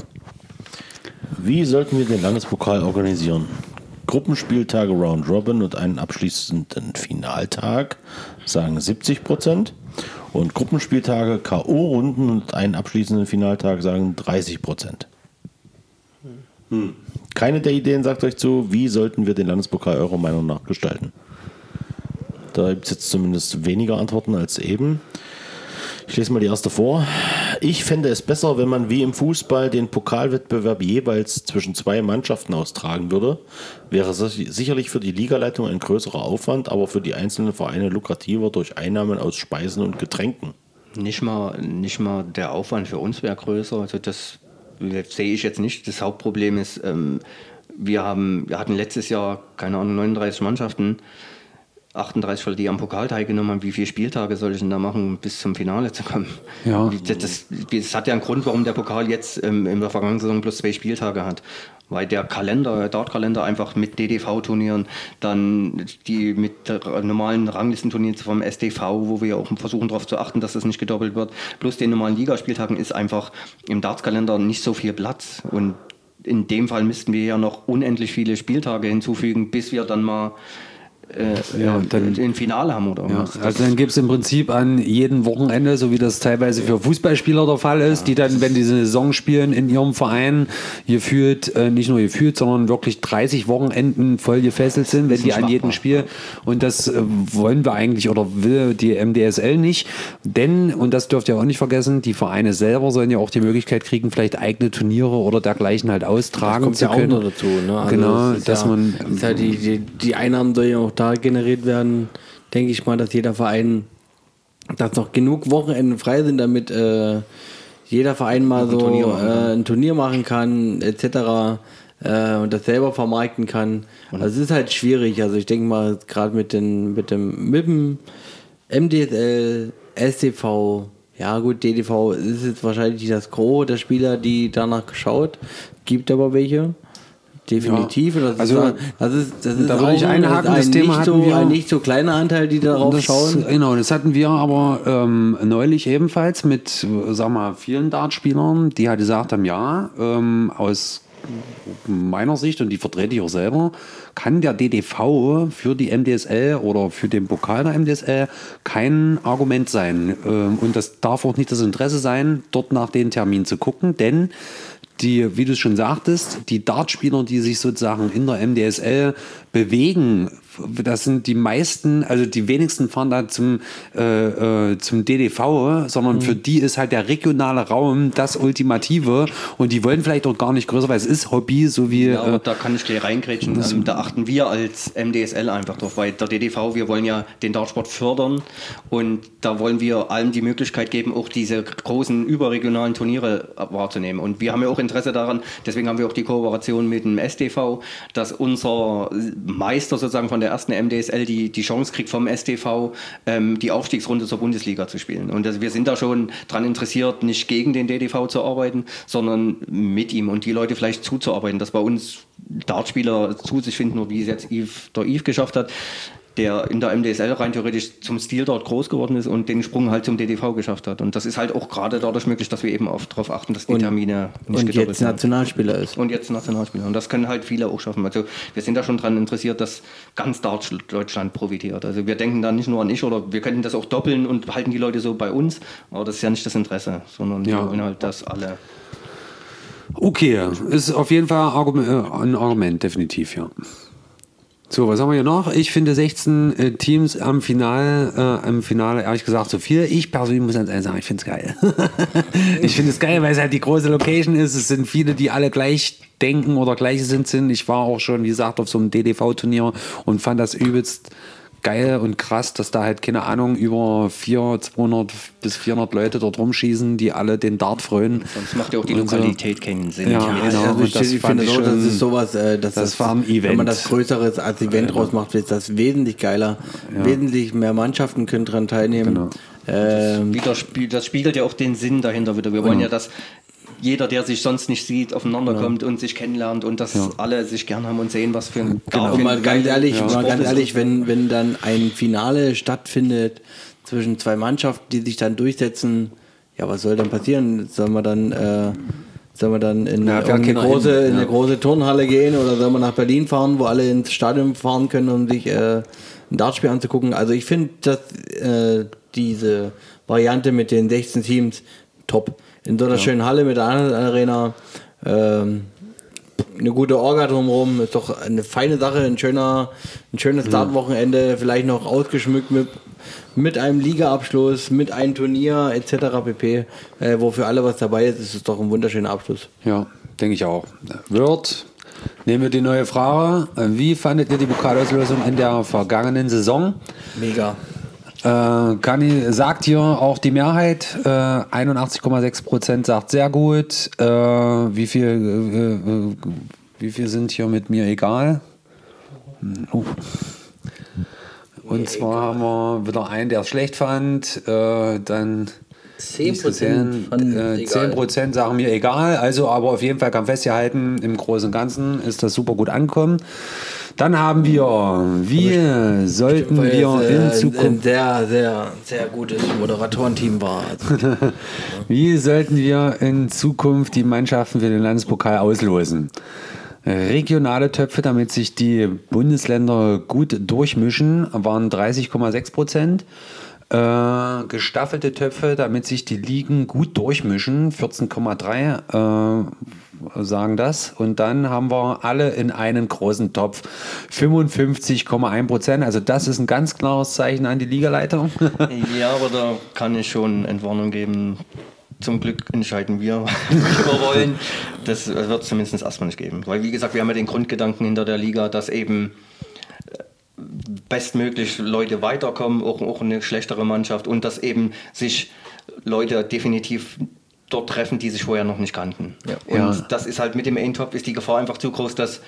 Wie sollten wir den Landespokal organisieren? Gruppenspieltage Round Robin und einen abschließenden Finaltag, sagen siebzig Prozent. Und Gruppenspieltage, K O-Runden und einen abschließenden Finaltag, sagen dreißig Prozent. Hm. Keine der Ideen sagt euch zu, wie sollten wir den Landespokal eurer Meinung nach gestalten? Da gibt es jetzt zumindest weniger Antworten als eben. Ich lese mal die erste vor. Ich fände es besser, wenn man wie im Fußball den Pokalwettbewerb jeweils zwischen zwei Mannschaften austragen würde. Wäre sicherlich für die Ligaleitung ein größerer Aufwand, aber für die einzelnen Vereine lukrativer durch Einnahmen aus Speisen und Getränken. Nicht mal, nicht mal der Aufwand für uns wäre größer. Also das sehe ich jetzt nicht. Das Hauptproblem ist, ähm, wir, haben, wir hatten letztes Jahr, keine Ahnung, neununddreißig Mannschaften, achtunddreißig, weil die am Pokal teilgenommen haben. Wie viele Spieltage soll ich denn da machen, bis zum Finale zu kommen? Ja. Das, das, das hat ja einen Grund, warum der Pokal jetzt ähm, in der vergangenen Saison bloß zwei Spieltage hat. Weil der Kalender, der Dart-Kalender einfach mit D D V-Turnieren, dann die mit der normalen Ranglistenturnieren vom S D V, wo wir auch versuchen darauf zu achten, dass das nicht gedoppelt wird, plus den normalen Ligaspieltagen ist einfach im Darts-Kalender nicht so viel Platz. Und in dem Fall müssten wir ja noch unendlich viele Spieltage hinzufügen, bis wir dann mal äh, Ja, äh, dann- ein Finale haben oder Ja, was. also dann gibt es im Prinzip an jedem Wochenende, so wie das teilweise für Fußballspieler der Fall ist, die dann, wenn die eine Saison spielen, in ihrem Verein gefühlt, äh, nicht nur gefühlt, sondern wirklich dreißig Wochenenden voll gefesselt sind, wenn die an jedem Spiel. Und das äh, wollen wir eigentlich oder will die M D S L nicht. Denn, und das dürft ihr auch nicht vergessen, die Vereine selber sollen ja auch die Möglichkeit kriegen, vielleicht eigene Turniere oder dergleichen halt austragen kommt zu ja auch können. noch dazu. Ne? Also Genau, es ist dass ja, man- es ist halt die, die, die Einnahmen sollen ja auch da generiert werden, denke ich mal, dass jeder Verein, dass noch genug Wochenenden frei sind, damit äh, jeder Verein mal so Turnier machen kann. äh, ein Turnier machen kann, et cetera äh, und das selber vermarkten kann. Also es ist halt schwierig. Also ich denke mal, gerade mit, den, mit dem mit dem M D S L, S T V, ja gut, D D V ist jetzt wahrscheinlich nicht das Gros der Spieler, die danach schaut. Gibt aber welche. Definitiv. Und Das, Also, ist, das ist, das ist da würde auch ich ein, einhaken, ein, das Thema nicht hatten so, wir- ein nicht so kleiner Anteil, die darauf Das, schauen. Genau, das hatten wir aber ähm, neulich ebenfalls mit, äh, sag mal, vielen Dartspielern, die halt gesagt haben, ja, ähm, aus meiner Sicht, und die vertrete ich auch selber, kann der D D V für die M D S L oder für den Pokal der M D S L kein Argument sein. Ähm, und das darf auch nicht das Interesse sein, dort nach den Terminen zu gucken, denn die, wie du es schon sagtest, die Dartspieler, die sich sozusagen in der M D S L bewegen, das sind die meisten, also die wenigsten fahren da zum, äh, äh, zum D D V, sondern Mhm. für die ist halt der regionale Raum das Ultimative und die wollen vielleicht auch gar nicht größer, weil es ist Hobby, so wie... Ja, aber äh, da kann ich gleich reingrätschen. Ähm, da achten wir als M D S L einfach drauf, weil der D D V, wir wollen ja den Dartsport fördern und da wollen wir allen die Möglichkeit geben, auch diese großen überregionalen Turniere wahrzunehmen. Und wir haben ja auch Interesse daran, deswegen haben wir auch die Kooperation mit dem S D V, dass unser Meister sozusagen von der ersten M D S L die, die Chance kriegt vom S D V, ähm, die Aufstiegsrunde zur Bundesliga zu spielen. Und also wir sind da schon dran interessiert, nicht gegen den D D V zu arbeiten, sondern mit ihm und die Leute vielleicht zuzuarbeiten, dass bei uns Dartspieler zu sich finden, wie es jetzt Yves, der Yves geschafft hat, der in der M D S L rein theoretisch zum Stil dort groß geworden ist und den Sprung halt zum D D V geschafft hat. Und das ist halt auch gerade dadurch möglich, dass wir eben auch darauf achten, dass die Termine nicht Und gedoppelt jetzt sind. Nationalspieler ist. Und jetzt Nationalspieler. Und das können halt viele auch schaffen. Also wir sind da schon dran interessiert, dass ganz Deutschland profitiert. Also wir denken da nicht nur an ich oder wir könnten das auch doppeln und halten die Leute so bei uns. Aber das ist ja nicht das Interesse, sondern Ja. wir wollen halt, dass alle... Okay, ist auf jeden Fall Argument, äh, ein Argument, definitiv, ja. So, was haben wir hier noch? Ich finde sechzehn äh, Teams am Finale, äh, am Finale ehrlich gesagt zu viel. Ich persönlich muss ganz ehrlich sagen, ich finde es geil. Ich finde es geil, weil es halt die große Location ist. Es sind viele, die alle gleich denken oder gleich sind. sind. Ich war auch schon, wie gesagt, auf so einem D D V-Turnier und fand das übelst geil und krass, dass da halt, keine Ahnung, über vierhundert, zweihundert bis vierhundert Leute dort rumschießen, die alle den Dart freuen. Sonst macht ja auch die Und so. Lokalität keinen Sinn. Ja, mehr. genau. Also ich, das ich fand finde ich so, das schon- ist sowas, äh, dass das war ein Event. wenn man das Größeres als Event rausmacht, ist das wesentlich geiler. Wesentlich mehr Mannschaften können daran teilnehmen. Genau. Ähm, Widerspie- das spiegelt ja auch den Sinn dahinter wieder. Wir wollen ja, dass jeder, der sich sonst nicht sieht, aufeinander kommt und sich kennenlernt und dass alle sich gern haben und sehen, was für ein Genau. Und mal ganz ehrlich, mal ganz ehrlich, wenn, wenn dann ein Finale stattfindet zwischen zwei Mannschaften, die sich dann durchsetzen, ja, was soll dann passieren? Soll man dann, äh, soll man dann in, Ja, fährt eine, keiner große, hin, in eine ja. große Turnhalle gehen oder soll man nach Berlin fahren, wo alle ins Stadion fahren können, um sich äh, ein Dartspiel anzugucken? Also ich finde, dass äh, diese Variante mit den sechzehn Teams top. In so einer schönen Halle mit der Arena, ähm, eine gute Orga drumherum, ist doch eine feine Sache, ein schöner, ein schönes Startwochenende, vielleicht noch ausgeschmückt mit, mit einem Ligaabschluss, mit einem Turnier et cetera pp., äh, wo für alle was dabei ist, ist es doch ein wunderschöner Abschluss. Ja, denke ich auch. Wird. Nehmen wir die neue Frage. Wie fandet ihr die Pokalauslösung in der vergangenen Saison? Mega. Äh, kann ich, sagt hier auch die Mehrheit, äh, einundachtzig Komma sechs Prozent sagt sehr gut. Äh, wie viel äh, äh, wie viel sind hier mit mir egal? Hm, Oh. Und zwar haben wir wieder einen, der es schlecht fand. Äh, dann zehn nicht so sehr, äh, zehn Prozent sagen mir egal. Also, aber auf jeden Fall kann festgehalten, im Großen und Ganzen ist das super gut angekommen. Dann haben wir, wie sollten Weil wir es, äh, in ein Zukunft, sehr, sehr, sehr gutes Moderatorenteam war. Also, wie sollten wir in Zukunft die Mannschaften für den Landespokal auslosen? Regionale Töpfe, damit sich die Bundesländer gut durchmischen, waren dreißig Komma sechs Prozent. Äh, gestaffelte Töpfe, damit sich die Ligen gut durchmischen, vierzehn Komma drei äh, sagen das. Und dann haben wir alle in einen großen Topf, fünfundfünfzig Komma eins Prozent. Also das ist ein ganz klares Zeichen an die Ligaleitung. Ja, aber da kann ich schon Entwarnung geben. Zum Glück entscheiden wir, wie wir wollen. Das wird es zumindest erstmal nicht geben. Weil, wie gesagt, wir haben ja den Grundgedanken hinter der Liga, dass eben bestmöglich Leute weiterkommen, auch, auch eine schlechtere Mannschaft, und dass eben sich Leute definitiv dort treffen, die sich vorher noch nicht kannten. Ja. Und ja. das ist halt mit dem Eintopf ist die Gefahr einfach zu groß, dass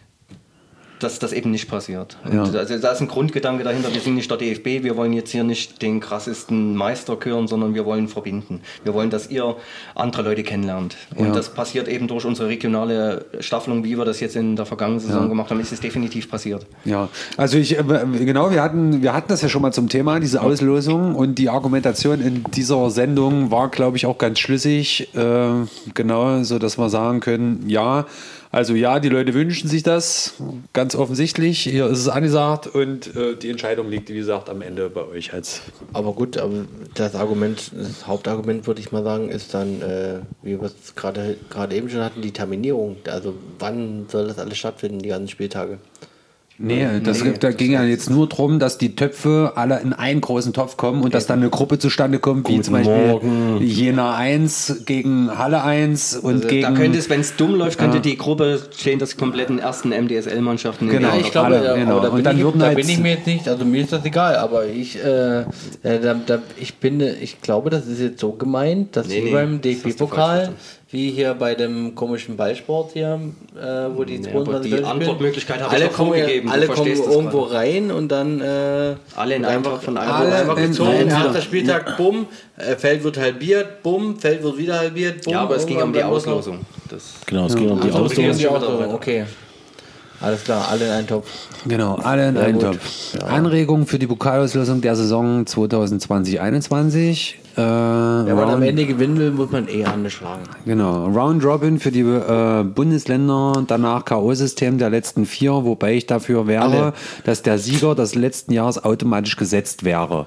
dass das eben nicht passiert. Ja. Und also da ist ein Grundgedanke dahinter, wir sind nicht der D F B, wir wollen jetzt hier nicht den krassesten Meister küren, sondern wir wollen verbinden. Wir wollen, dass ihr andere Leute kennenlernt. Und ja. das passiert eben durch unsere regionale Staffelung, wie wir das jetzt in der vergangenen Saison ja. gemacht haben, ist es definitiv passiert. Ja, also ich, genau, wir hatten, wir hatten das ja schon mal zum Thema, diese Auslosung, und die Argumentation in dieser Sendung war, glaube ich, auch ganz schlüssig, äh, genau, so dass wir sagen können, ja, also ja, die Leute wünschen sich das, ganz offensichtlich. Hier ist es angesagt, und äh, die Entscheidung liegt, wie gesagt, am Ende bei euch als. Aber gut, aber das Argument, das Hauptargument, würde ich mal sagen, ist dann, äh, wie wir es gerade gerade eben schon hatten, die Terminierung. Also wann soll das alles stattfinden, die ganzen Spieltage? Nee, das, nee, da das ging ja jetzt nur darum, dass die Töpfe alle in einen großen Topf kommen und okay. dass dann eine Gruppe zustande kommt, Guten wie zum Beispiel Morgen. Jena eins gegen Halle eins und also gegen... Da könnte es, wenn es dumm läuft, könnte ja. die Gruppe stehen, das kompletten ersten M D S L-Mannschaften. Genau, ich glaube, alle, ja, genau. Da, bin, und dann ich, da bin ich mir jetzt nicht, also mir ist das egal, aber ich, äh, da, da, ich bin, ich glaube, das ist jetzt so gemeint, dass nee, wie nee, beim D F B-Pokal, wie hier bei dem komischen Ballsport hier, äh, wo die ja, zweiundzwanzig die Antwortmöglichkeit habe ich doch vorgegeben. Alle kommen irgendwo gerade. rein und dann äh, alle in einfach von einem alle einfach gezogen. Erster Spieltag, bumm, äh, Feld wird halbiert, bumm, Feld wird wieder halbiert, bumm. Ja, aber es ging um die Auslosung. Das genau, es ging um die Auslosung. Okay. Alles klar, alle in einen Topf. Genau, alle in ja, einen gut. Topf. Ja. Anregungen für die Pokalauslosung der Saison zwanzig zwanzig einundzwanzig. Äh, Wenn man am Ende gewinnen will, muss man eh anschlagen. Genau, Round Robin für die äh, Bundesländer, danach K O-System der letzten vier, wobei ich dafür wäre, alle. dass der Sieger des letzten Jahres automatisch gesetzt wäre.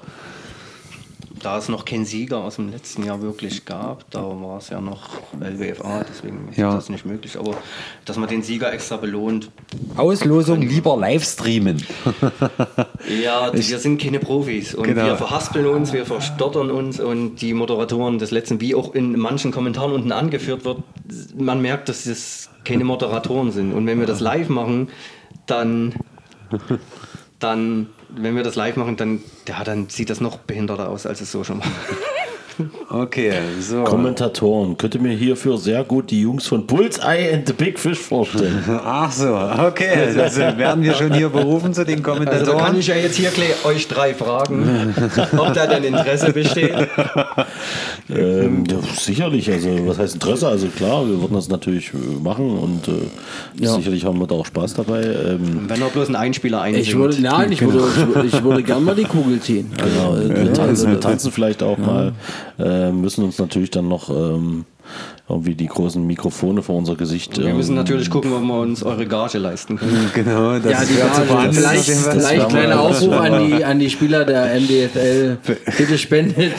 Da es noch keinen Sieger aus dem letzten Jahr wirklich gab, da war es ja noch L W F A, deswegen ist ja. das nicht möglich. Aber dass man den Sieger extra belohnt. Auslosung lieber live streamen. Ja, ich, wir sind keine Profis und genau. wir verhaspeln uns, wir verstottern uns, und die Moderatoren des letzten, wie auch in manchen Kommentaren unten angeführt wird, man merkt, dass es keine Moderatoren sind. Und wenn wir das live machen, dann... dann wenn wir das live machen, dann, ja, dann sieht das noch behinderter aus, als es so schon war. Okay, so. Kommentatoren. Könnte mir hierfür sehr gut die Jungs von Bullseye and the Big Fish vorstellen. Ach so, okay. Das werden wir schon hier berufen zu den Kommentatoren. Also da kann ich ja jetzt hier euch drei fragen, ob da denn Interesse besteht. ähm, ja, sicherlich. Also was heißt Interesse? Also klar, wir würden das natürlich machen, und äh, ja. sicherlich haben wir da auch Spaß dabei. Ähm, wenn wir bloß einen Einspieler einsingt. Ich würde, nein, ich würde, ich, ich würde gerne mal die Kugel ziehen. Genau, wir, tanzen, wir tanzen vielleicht auch ja. mal. Äh, müssen uns natürlich dann noch ähm, irgendwie die großen Mikrofone vor unser Gesicht. Wir müssen ähm, natürlich gucken, ob wir uns eure Gage leisten können. Genau, das ja, die Gage, Gage vielleicht, vielleicht kleiner Aufruf an die, an die Spieler der M D S L. Bitte spendet.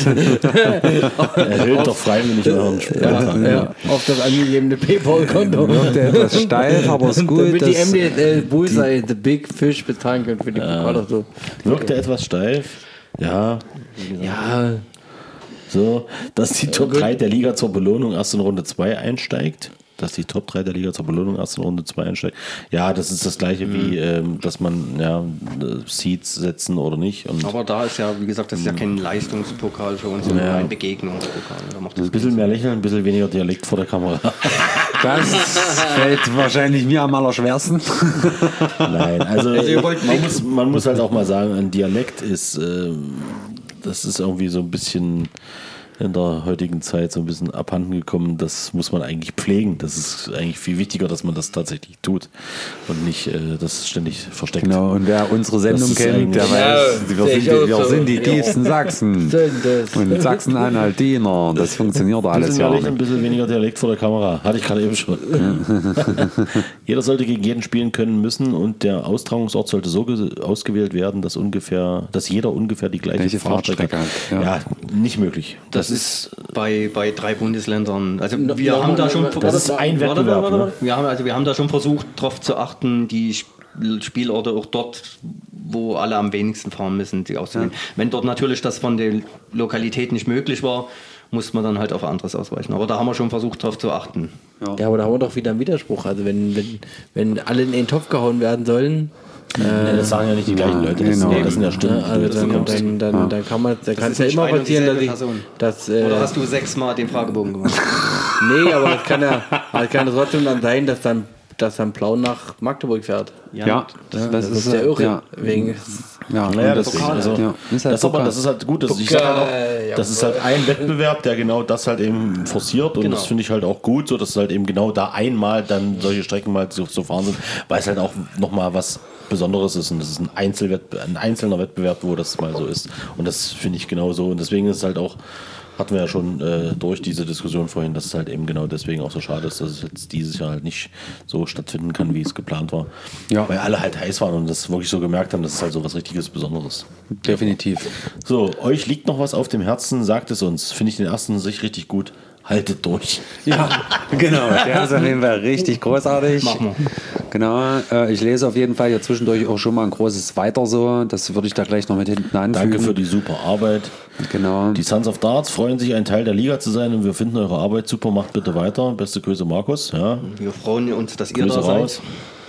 Erhöht doch freiwillig euren ja, ja, auf das angegebene PayPal-Konto. Wirkt etwas steif, aber ist gut. Damit die M D S L Bullseye The Big Fish bezahlen können für die Pokal. So. Wirkt er etwas steif? Ja. Ja. So, dass die Top drei der Liga zur Belohnung erst in Runde zwei einsteigt. Dass die Top drei der Liga zur Belohnung erst in Runde zwei einsteigt. Ja, das ist das Gleiche mhm. wie, ähm, dass man ja, Seeds setzen oder nicht. Und aber da ist ja, wie gesagt, das ist ja kein Leistungspokal für uns, sondern ja. ein Begegnungspokal. Da macht das ein bisschen mehr Lächeln, ein bisschen weniger Dialekt vor der Kamera. Das fällt wahrscheinlich mir am allerschwersten. Nein, also, also man, muss, man muss halt auch mal sagen, ein Dialekt ist, äh, das ist irgendwie so ein bisschen... in der heutigen Zeit so ein bisschen abhanden gekommen. Das muss man eigentlich pflegen. Das ist eigentlich viel wichtiger, dass man das tatsächlich tut und nicht äh, das ständig versteckt. Genau, und wer unsere Sendung ist kennt, der eigentlich- weiß, wir sehe sind, ich die, auch wir so. sind die Ja. tiefsten Sachsen. Sind das. Und Sachsen-Anhaltiner, das funktioniert Ein alles bisschen, ja mehr Licht, ein nicht. bisschen weniger Dialekt vor der Kamera. Hatte ich gerade eben schon. Jeder sollte gegen jeden spielen können müssen und der Austragungsort sollte so ge- ausgewählt werden, dass ungefähr, dass jeder ungefähr die gleiche, Gleiche Fahrstrecke Fahrtstrecke hat. hat, Ja. nicht möglich. Das, Das ist ist bei, bei drei Bundesländern. Also No- wir no- haben da no- schon no- das ist ein Warte, Wettbewerb. warte, Ne? warte. Wir haben, also wir haben da schon versucht, darauf zu achten, die Sp- Spielorte auch dort, wo alle am wenigsten fahren müssen, die auszuwählen. Wenn dort natürlich das von der Lokalität nicht möglich war, muss man dann halt auf anderes ausweichen. Aber da haben wir schon versucht, darauf zu achten. Ja, aber da haben wir doch wieder einen Widerspruch. Also wenn, wenn, wenn alle in den Topf gehauen werden sollen, Nee, das sagen ja nicht die gleichen Leute. Das, genau. sind, das sind ja Stimmen. ja, also das sind dann, ja dann, dann, dann kann man, dann kann es ist ja nicht immer eine und passieren, dass dieselbe ich, Person. dass, äh, Oder hast du sechsmal den Fragebogen gemacht? nee, aber es kann ja, es kann ja trotzdem dann sein, dass dann, dass dann Blau nach Magdeburg fährt. Ja, das, Das, ist ja irre. Ja, Wegen, ja, Naja, und deswegen. Pokal, Also, ja, ist halt das, aber, Pokal. das ist halt gut. Das, ich sag halt auch, ja, das ist halt ein Wettbewerb, der genau das halt eben forciert. Und Genau. das finde ich halt auch gut, so dass halt eben genau da einmal dann solche Strecken mal zu, zu fahren sind, weil es halt auch nochmal was Besonderes ist. Und das ist ein, Einzelwettbe- ein einzelner Wettbewerb, wo das mal so ist. Und das finde ich genau so. Und deswegen ist es halt auch, hatten wir ja schon äh, durch diese Diskussion vorhin, dass es halt eben genau deswegen auch so schade ist, dass es jetzt dieses Jahr halt nicht so stattfinden kann, wie es geplant war. Ja. Weil alle halt heiß waren und das wirklich so gemerkt haben, das ist halt so was richtiges Besonderes. Definitiv. So, euch liegt noch was auf dem Herzen, sagt es uns. Finde ich den ersten sich richtig gut. Haltet durch. Ja, genau. Der ist auf jeden Fall richtig großartig. Machen wir. Genau. Äh, ich lese auf jeden Fall hier zwischendurch auch schon mal ein großes Weiter so. Das würde ich da gleich noch mit hinten anfügen. Danke für die super Arbeit. Genau. Die Sons of Darts freuen sich, ein Teil der Liga zu sein und wir finden eure Arbeit super. Macht bitte weiter. Beste Grüße, Markus. Ja, Wir freuen uns, dass ihr Grüße da seid. raus.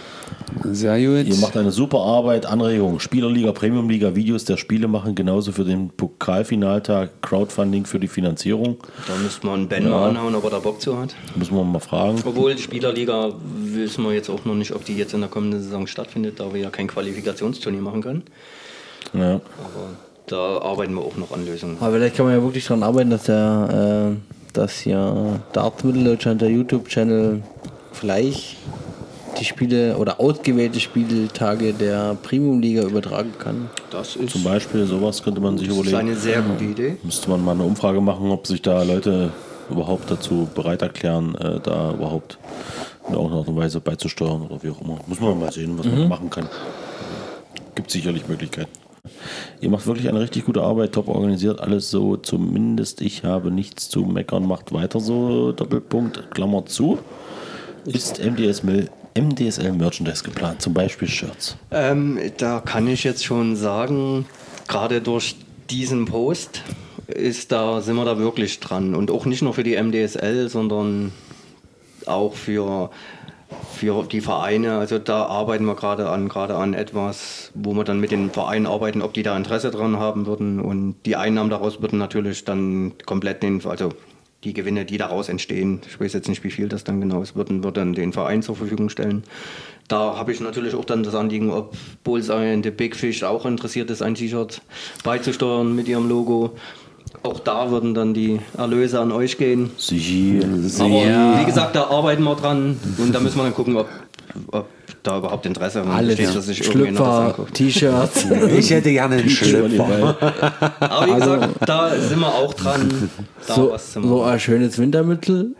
Sehr gut. Ihr macht eine super Arbeit. Anregung. Spielerliga, Premiumliga, Videos der Spiele machen. Genauso für den Pokalfinaltag. Crowdfunding für die Finanzierung. Da müsste man Ben Ja. mal anhauen, ob er da Bock zu hat. Müssen wir mal fragen. Obwohl die Spielerliga wissen wir jetzt auch noch nicht, ob die jetzt in der kommenden Saison stattfindet, da wir ja kein Qualifikationsturnier machen können. Ja. Aber da arbeiten wir auch noch an Lösungen. aber vielleicht kann man ja wirklich daran arbeiten, dass der, äh, dass hier Darts Mitteldeutschland, der YouTube-Channel, vielleicht die Spiele oder ausgewählte Spieltage der Premium-Liga übertragen kann. Das ist, Zum Beispiel sowas könnte man sich das ist überlegen. eine sehr gute Idee. Müsste man mal eine Umfrage machen, ob sich da Leute überhaupt dazu bereit erklären, äh, da überhaupt in irgendeiner Art und Weise beizusteuern oder wie auch immer. Muss man mal sehen, was man machen kann. Gibt sicherlich Möglichkeiten. Ihr macht wirklich eine richtig gute Arbeit, top organisiert, alles so, zumindest ich habe nichts zu meckern, macht weiter so, Doppelpunkt, Klammer zu. Ist M D S L, M D S L Merchandise geplant, zum Beispiel Shirts? Ähm, da kann ich jetzt schon sagen, gerade durch diesen Post ist da, sind wir da wirklich dran. Und auch nicht nur für die M D S L, sondern auch für, für die Vereine. Also da arbeiten wir gerade an, gerade an etwas, wo wir dann mit den Vereinen arbeiten, ob die da Interesse dran haben würden. Und die Einnahmen daraus würden natürlich dann komplett den, also die Gewinne, die daraus entstehen, ich weiß jetzt nicht, wie viel das dann genau ist, würden wir dann den Verein zur Verfügung stellen. Da habe ich natürlich auch dann das Anliegen, ob Bullseye and the Big Fish auch interessiert ist, ein T-Shirt beizusteuern mit ihrem Logo. Auch da würden dann die Erlöse an euch gehen. Sie, Aber wie gesagt, da arbeiten wir dran und da müssen wir dann gucken, ob, ob da überhaupt Interesse Alles, besteht, dass sich irgendjemand das Schlüpfer, anguckt. T-Shirts. Ich hätte gerne einen Schlüpfer. Aber wie gesagt, da sind wir auch dran, da so, was zu machen. so ein schönes Wintermittel.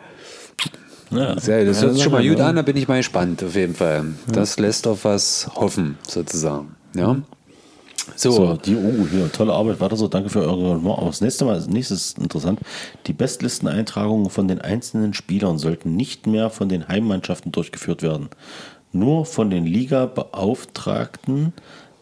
ja. Sehr, das Ja, hört sich schon mal ja. gut an, da bin ich mal gespannt, auf jeden Fall. Das lässt auf was hoffen, sozusagen. Ja. So, So, die, oh, hier, tolle Arbeit, weiter so, danke für eure Engagement. Aber das nächste Mal, das nächste ist interessant, die Bestlisteneintragungen von den einzelnen Spielern sollten nicht mehr von den Heimmannschaften durchgeführt werden. Nur von den Liga-Beauftragten,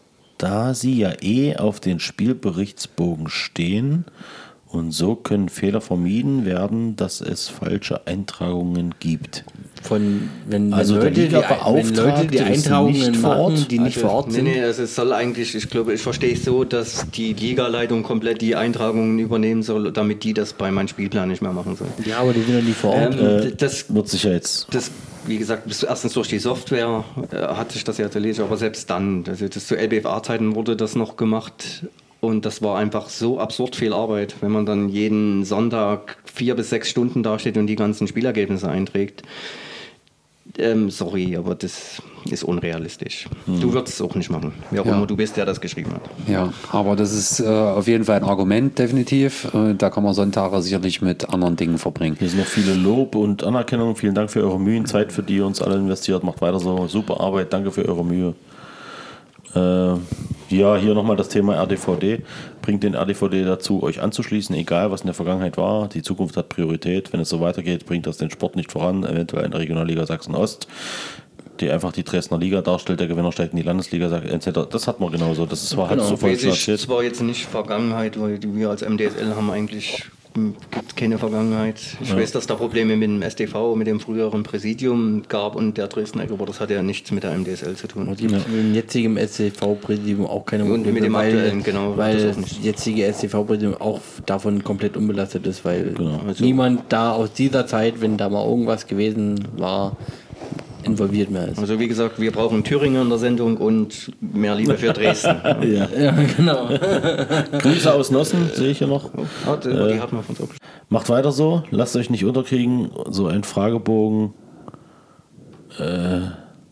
da sie ja eh auf den Spielberichtsbogen stehen. Und so können Fehler vermieden werden, dass es falsche Eintragungen gibt. Von, wenn, Also wenn, der Leute, die, wenn Leute die Liga-Beauftragte ist nicht Eintragungen vor Ort. machen, die nicht vor Ort Nee, sind. nee, also es soll eigentlich, ich glaube, ich verstehe es so, dass die Ligaleitung komplett die Eintragungen übernehmen soll, damit die das bei meinem Spielplan nicht mehr machen soll. Ja, aber die sind ja nicht vor Ort. Ähm, das, Wird sicher jetzt. das, wie gesagt, bis- erstens durch die Software äh, hat sich das ja erledigt, aber selbst dann, also das zu L B F A-Zeiten wurde das noch gemacht, Und das war einfach so absurd viel Arbeit, wenn man dann jeden Sonntag vier bis sechs Stunden dasteht und die ganzen Spielergebnisse einträgt. Ähm, sorry, aber das ist unrealistisch. Hm. Du würdest es auch nicht machen, wer auch Ja. immer du bist, der das geschrieben hat. Ja, aber das ist äh, auf jeden Fall ein Argument, definitiv. Äh, da kann man Sonntage sicherlich mit anderen Dingen verbringen. Hier sind noch viele Lob und Anerkennung. Vielen Dank für eure Mühen, Zeit, für die ihr uns alle investiert. Macht weiter so. Super Arbeit. Danke für eure Mühe. Äh, ja, hier nochmal das Thema R D V D. Bringt den R D V D dazu, euch anzuschließen, egal was in der Vergangenheit war. Die Zukunft hat Priorität. Wenn es so weitergeht, bringt das den Sport nicht voran. Eventuell in der Regionalliga Sachsen-Ost, die einfach die Dresdner Liga darstellt. Der Gewinner steigt in die Landesliga et cetera. Das hat man genauso. Das ist, war halt Genau, so voll weiß ich, erzählt. das war jetzt nicht Vergangenheit, weil wir als M D S L haben eigentlich gibt keine Vergangenheit. Ich Ja. weiß, dass da Probleme mit dem S D V, mit dem früheren Präsidium gab und der Dresdner Ecke, aber das hat ja nichts mit der M D S L zu tun. Und die mit dem jetzigen S C V-Präsidium auch keine Und mit dem weil, aktuellen, genau, weil das das auch nicht. jetzige S C V-Präsidium auch davon komplett unbelastet ist, weil Also- niemand da aus dieser Zeit, wenn da mal irgendwas gewesen war, involviert mehr ist. Also wie gesagt, wir brauchen Thüringen in der Sendung und mehr Liebe für Dresden. Ja. Ja, genau. Grüße aus Nossen, sehe ich hier noch. Ah, die, die hat man von so. Macht weiter so, lasst euch nicht unterkriegen. So ein Fragebogen. Äh,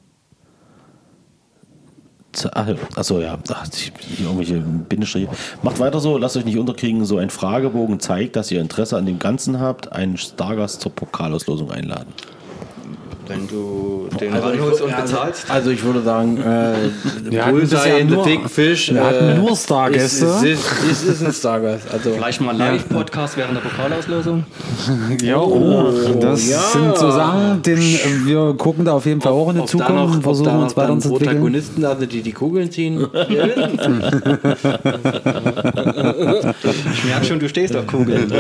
z- ach, achso, ja. Ach, ich- hier irgendwelche Bindestriche. Macht weiter so, lasst euch nicht unterkriegen. So ein Fragebogen zeigt, dass ihr Interesse an dem Ganzen habt. Einen Stargast zur Pokalauslosung einladen. Wenn du den Also ich, ranholst und also, bezahlst. also ich würde sagen, äh, Wir hatten Bullseye bisher in the nur- Big Fish. wir hatten äh, nur Stargäste. Ist, ist, ist, ist ein Stargast. Also, Vielleicht mal Live-Podcast während der Pokalauslosung. Ja, oh, das ja. sind so Sachen, den, äh, wir gucken da auf jeden Fall auch in die ob da Zukunft noch, und versuchen ob da uns noch dann weiterzuentwickeln. Protagonisten, also die die Kugeln ziehen. Ich merke schon, du stehst auf Kugeln.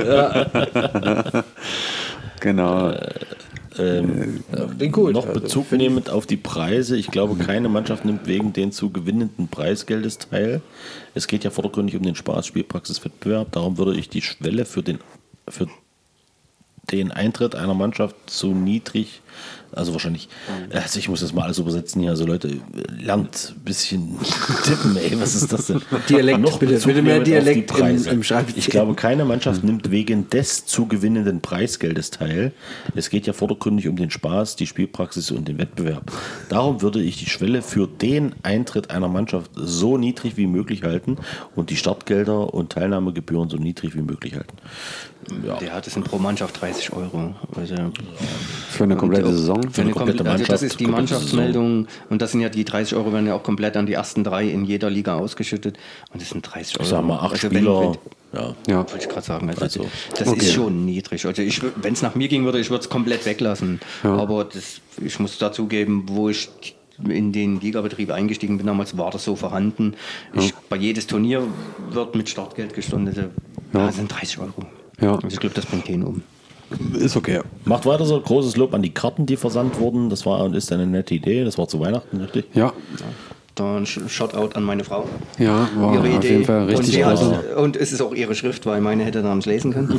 Genau. Ähm, Den gut. noch Also, Bezug nehmend auf die Preise. Ich glaube, keine Mannschaft nimmt wegen den zu gewinnenden Preisgeldes teil. Es geht ja vordergründig um den Spaß, Spielpraxiswettbewerb. Darum würde ich die Schwelle für den, für den Eintritt einer Mannschaft zu niedrig, also wahrscheinlich, also ich muss das mal alles übersetzen hier, also Leute, lernt ein bisschen tippen, ey, was ist das denn? Dialekt, Noch bitte, Bezug bitte mehr nehmend auf die Dialekt im- Preise. im Schreibtisch. Ich glaube, keine Mannschaft nimmt wegen des zu gewinnenden Preisgeldes teil. Es geht ja vordergründig um den Spaß, die Spielpraxis und den Wettbewerb. Darum würde ich die Schwelle für den Eintritt einer Mannschaft so niedrig wie möglich halten und die Startgelder und Teilnahmegebühren so niedrig wie möglich halten. Ja. Ja, das sind pro Mannschaft dreißig Euro. Also Für eine komplette Saison. Für eine komplette komplette, also das Mannschaft, ist die komplette Mannschaftsmeldung und das sind ja die dreißig Euro, werden ja auch komplett an die ersten drei in jeder Liga ausgeschüttet und das sind dreißig Euro. Ich sag mal, acht Also wenn- Spieler. wenn- Ja. Ja. Wollte ich gerade sagen. Also, Also, das okay. ist schon niedrig. Also wenn es nach mir ging würde, ich würde es komplett weglassen. Aber das, ich muss dazugeben, wo ich in den Ligabetrieb eingestiegen bin, damals war das so vorhanden. Ich, bei jedes Turnier wird mit Startgeld gestundet. Ja. Das sind dreißig Euro. Ja. Also ich glaube, das bringt keinen um. Ist okay. Macht weiter so. Großes Lob an die Karten, die versandt wurden. Das war und ist eine nette Idee. Das war zu Weihnachten, richtig? Ja, Dann Sh- Shoutout an meine Frau. ja, war Ihre auf Idee. jeden Fall und, richtig sie hat, klasse. und es ist auch ihre Schrift, weil meine hätte damals lesen können.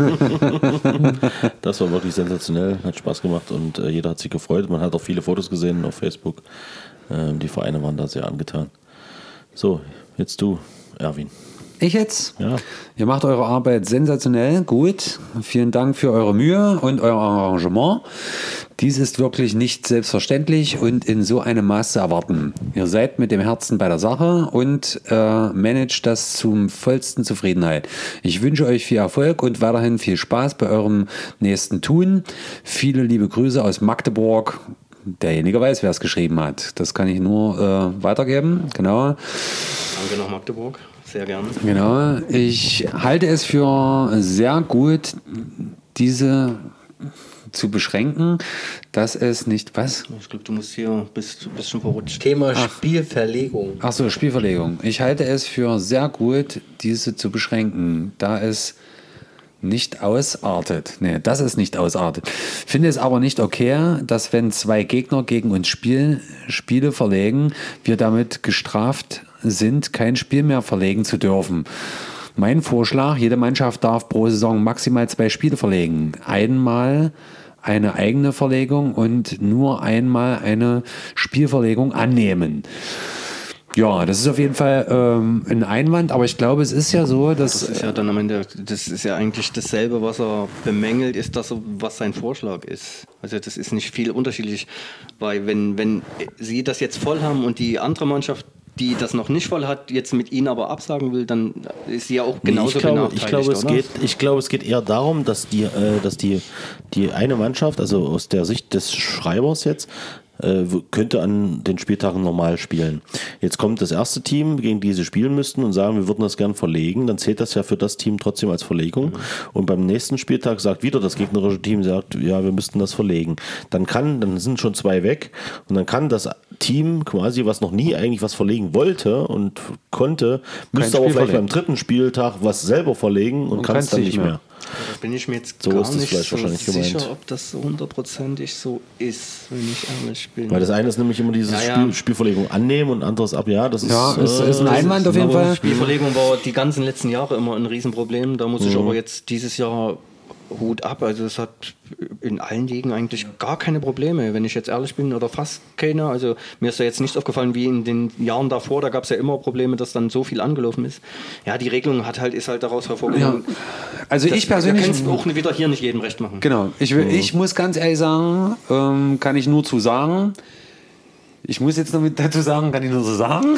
Das war wirklich sensationell, hat Spaß gemacht und äh, jeder hat sich gefreut. Man hat auch viele Fotos gesehen auf Facebook. Ähm, die Vereine waren da sehr angetan. So, jetzt du, Erwin. Ich jetzt? Ja. Ihr macht eure Arbeit sensationell, gut. Vielen Dank für eure Mühe und euer Engagement. Dies ist wirklich nicht selbstverständlich und in so einem Maß zu erwarten. Ihr seid mit dem Herzen bei der Sache und äh, managt das zum vollsten Zufriedenheit. Ich wünsche euch viel Erfolg und weiterhin viel Spaß bei eurem nächsten Tun. Viele liebe Grüße aus Magdeburg. Derjenige weiß, wer es geschrieben hat. Das kann ich nur äh, weitergeben. Genau. Danke nach Magdeburg. Sehr gerne. Genau, ich halte es für sehr gut, diese zu beschränken, dass es nicht, was? Ich glaube, du musst hier, bist, bist schon verrutscht. Thema Spielverlegung. Achso, Spielverlegung. Ich halte es für sehr gut, diese zu beschränken, da es nicht ausartet. Nee, dass es nicht ausartet. Finde es aber nicht okay, dass wenn zwei Gegner gegen uns Spiel, Spiele verlegen, wir damit gestraft sind, kein Spiel mehr verlegen zu dürfen. Mein Vorschlag, jede Mannschaft darf pro Saison maximal zwei Spiele verlegen. Einmal eine eigene Verlegung und nur einmal eine Spielverlegung annehmen. Ja, das ist auf jeden Fall ähm, ein Einwand, aber ich glaube, es ist ja so, dass... Das ist ja dann am Ende, das ist ja eigentlich dasselbe, was er bemängelt, ist das, was sein Vorschlag ist. Also das ist nicht viel unterschiedlich, weil wenn, wenn sie das jetzt voll haben und die andere Mannschaft, die das noch nicht voll hat, jetzt mit ihnen aber absagen will, dann ist sie ja auch genauso nee, ich glaube, benachteiligt, ich glaube, es oder? geht, ich glaube, es geht eher darum, dass die, äh, dass die, die eine Mannschaft, also aus der Sicht des Schreibers jetzt, äh, könnte an den Spieltagen normal spielen. Jetzt kommt das erste Team, gegen die sie spielen müssten und sagen, wir würden das gern verlegen, dann zählt das ja für das Team trotzdem als Verlegung. Mhm. Und beim nächsten Spieltag sagt wieder das gegnerische Team, sagt, ja, wir müssten das verlegen. Dann kann, dann sind schon zwei weg und dann kann das Team quasi, was noch nie eigentlich was verlegen wollte und konnte, müsste aber vielleicht beim dritten Spieltag was selber verlegen und, und kann es dann nicht mehr. mehr. Da bin ich mir jetzt so gar ist nicht so sicher, gemeint. ob das so hundertprozentig so ist, wenn ich ehrlich bin. Weil das eine ist nämlich immer dieses ja, ja. Spiel, Spielverlegung annehmen und anderes ab. Ja, das ist, ja, ist, äh, ist ein Einwand auf jeden Fall. Spielverlegung war die ganzen letzten Jahre immer ein Riesenproblem. Da muss mhm. ich aber jetzt dieses Jahr Hut ab. Also es hat in allen Ligen eigentlich gar keine Probleme, wenn ich jetzt ehrlich bin, oder fast keine. Also mir ist da jetzt nicht aufgefallen, wie in den Jahren davor, da gab es ja immer Probleme, dass dann so viel angelaufen ist. Ja, die Regelung hat halt, ist halt daraus hervorgegangen. Ja. Also das, ich persönlich... Du kannst auch wieder hier nicht jedem recht machen. Genau. Ich, will, ich muss ganz ehrlich sagen, ähm, kann ich nur zu sagen, ich muss jetzt noch mit dazu sagen, kann ich nur so sagen...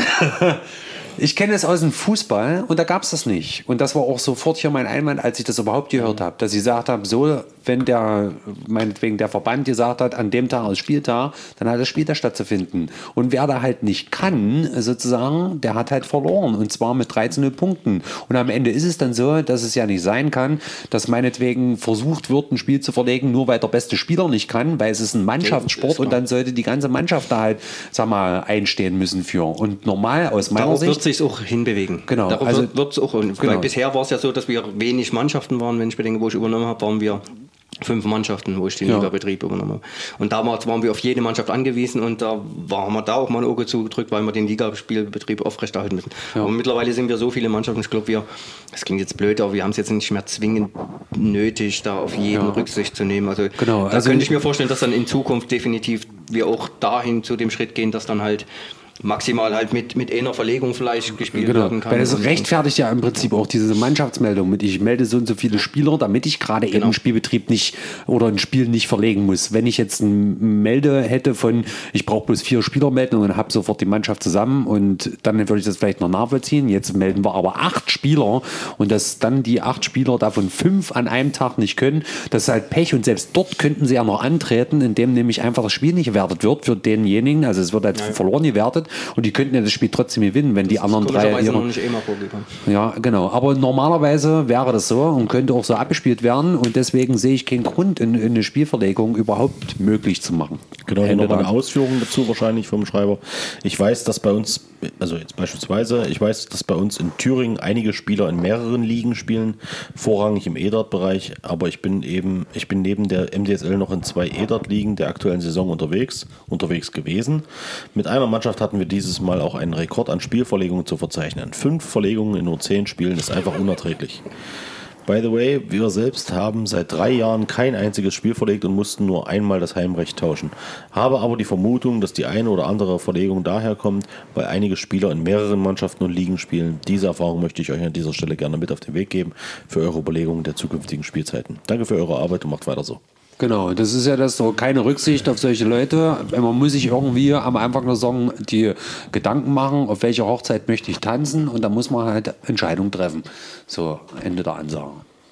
Ich kenne es aus dem Fußball und da gab es das nicht. Und das war auch sofort hier mein Einwand, als ich das überhaupt gehört habe, dass ich gesagt habe, so, wenn der, meinetwegen der Verband gesagt hat, an dem Tag ist Spieltag, dann hat das Spiel da stattzufinden. Und wer da halt nicht kann, sozusagen, der hat halt verloren. Und zwar mit dreizehn Punkten. Und am Ende ist es dann so, dass es ja nicht sein kann, dass meinetwegen versucht wird, ein Spiel zu verlegen, nur weil der beste Spieler nicht kann, weil es ist ein Mannschaftssport und dann sollte die ganze Mannschaft da halt, sag mal, einstehen müssen für. Und normal aus meiner Darauf Sicht... wird sich auch hinbewegen. Genau. Darauf also, wird es auch. Genau. Weil bisher war es ja so, dass wir wenig Mannschaften waren. Wenn ich bedenke, wo ich übernommen habe, waren wir fünf Mannschaften, wo ich den ja. Ligabetrieb übernommen habe. Und damals waren wir auf jede Mannschaft angewiesen und da waren wir da auch mal ein Auge zugedrückt, weil wir den Ligaspielbetrieb aufrechterhalten müssen. Ja. Aber mittlerweile sind wir so viele Mannschaften, ich glaube, wir, das klingt jetzt blöd, aber wir haben es jetzt nicht mehr zwingend nötig, da auf jeden ja. Rücksicht zu nehmen. Also, genau. da also könnte ich mir vorstellen, dass dann in Zukunft definitiv wir auch dahin zu dem Schritt gehen, dass dann halt maximal halt mit, mit einer Verlegung vielleicht gespielt genau. werden kann. Weil das rechtfertigt ja im Prinzip auch diese Mannschaftsmeldung mit, ich melde so und so viele Spieler, damit ich gerade genau. eben einen Spielbetrieb nicht oder ein Spiel nicht verlegen muss. Wenn ich jetzt ein Melde hätte von, ich brauche bloß vier Spieler melden und habe sofort die Mannschaft zusammen und dann würde ich das vielleicht noch nachvollziehen. Jetzt melden wir aber acht Spieler und dass dann die acht Spieler davon fünf an einem Tag nicht können, das ist halt Pech und selbst dort könnten sie ja noch antreten, indem nämlich einfach das Spiel nicht gewertet wird für denjenigen, also es wird halt ja. verloren gewertet. Und die könnten ja das Spiel trotzdem gewinnen, wenn die das anderen drei... Ihre, noch nicht eh mal vorgekommen. Ja, genau. Aber normalerweise wäre das so und könnte auch so abgespielt werden. Und deswegen sehe ich keinen Grund, in, in eine Spielverlegung überhaupt möglich zu machen. Genau, hier nochmal eine Ausführung dazu wahrscheinlich vom Schreiber. Ich weiß, dass bei uns, also jetzt beispielsweise, ich weiß, dass bei uns in Thüringen einige Spieler in mehreren Ligen spielen, vorrangig im E-Dart-Bereich, aber ich bin eben, ich bin neben der M D S L noch in zwei E-Dart-Ligen der aktuellen Saison unterwegs, unterwegs gewesen. Mit einer Mannschaft hatten wir dieses Mal auch einen Rekord an Spielverlegungen zu verzeichnen. Fünf Verlegungen in nur zehn Spielen ist einfach unerträglich. By the way, wir selbst haben seit drei Jahren kein einziges Spiel verlegt und mussten nur einmal das Heimrecht tauschen. Habe aber die Vermutung, dass die eine oder andere Verlegung daher kommt, weil einige Spieler in mehreren Mannschaften und Ligen spielen. Diese Erfahrung möchte ich euch an dieser Stelle gerne mit auf den Weg geben für eure Überlegungen der zukünftigen Spielzeiten. Danke für eure Arbeit und macht weiter so. Genau, das ist ja das so, keine Rücksicht auf solche Leute. Man muss sich irgendwie am Anfang der Saison die Gedanken machen, auf welcher Hochzeit möchte ich tanzen und da muss man halt Entscheidungen treffen. So, Ende der Ansage.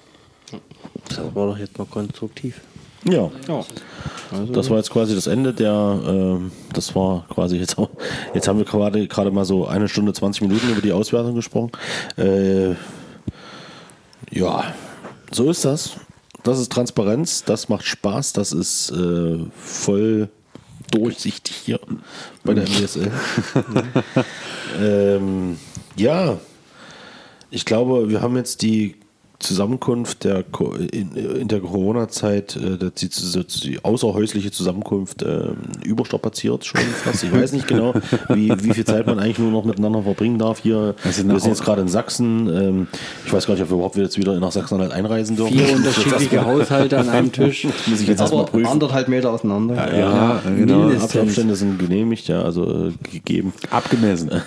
Das war doch jetzt mal konstruktiv. Ja, Ja. Also das war jetzt quasi das Ende der, äh, das war quasi jetzt auch, jetzt haben wir gerade gerade mal so eine Stunde, zwanzig Minuten über die Auswertung gesprochen. Äh, ja, so ist das. Das ist Transparenz, das macht Spaß, das ist äh, voll durchsichtig hier bei der M D S L. ähm, ja, ich glaube, wir haben jetzt die Zusammenkunft der in, in der Corona-Zeit, äh, die, die außerhäusliche Zusammenkunft äh, überstrapaziert schon fast. Ich weiß nicht genau, wie, wie viel Zeit man eigentlich nur noch miteinander verbringen darf hier. Also wir sind jetzt gerade in Sachsen. Ähm, ich weiß gar nicht, ob wir überhaupt jetzt wieder nach Sachsen-Anhalt einreisen dürfen. Vier unterschiedliche Haushalte an einem Tisch. Muss ich jetzt erstmal prüfen. Anderthalb Meter auseinander. Ja, ja, ja genau. Abstände sind genehmigt, ja, also äh, gegeben. Abgemessen.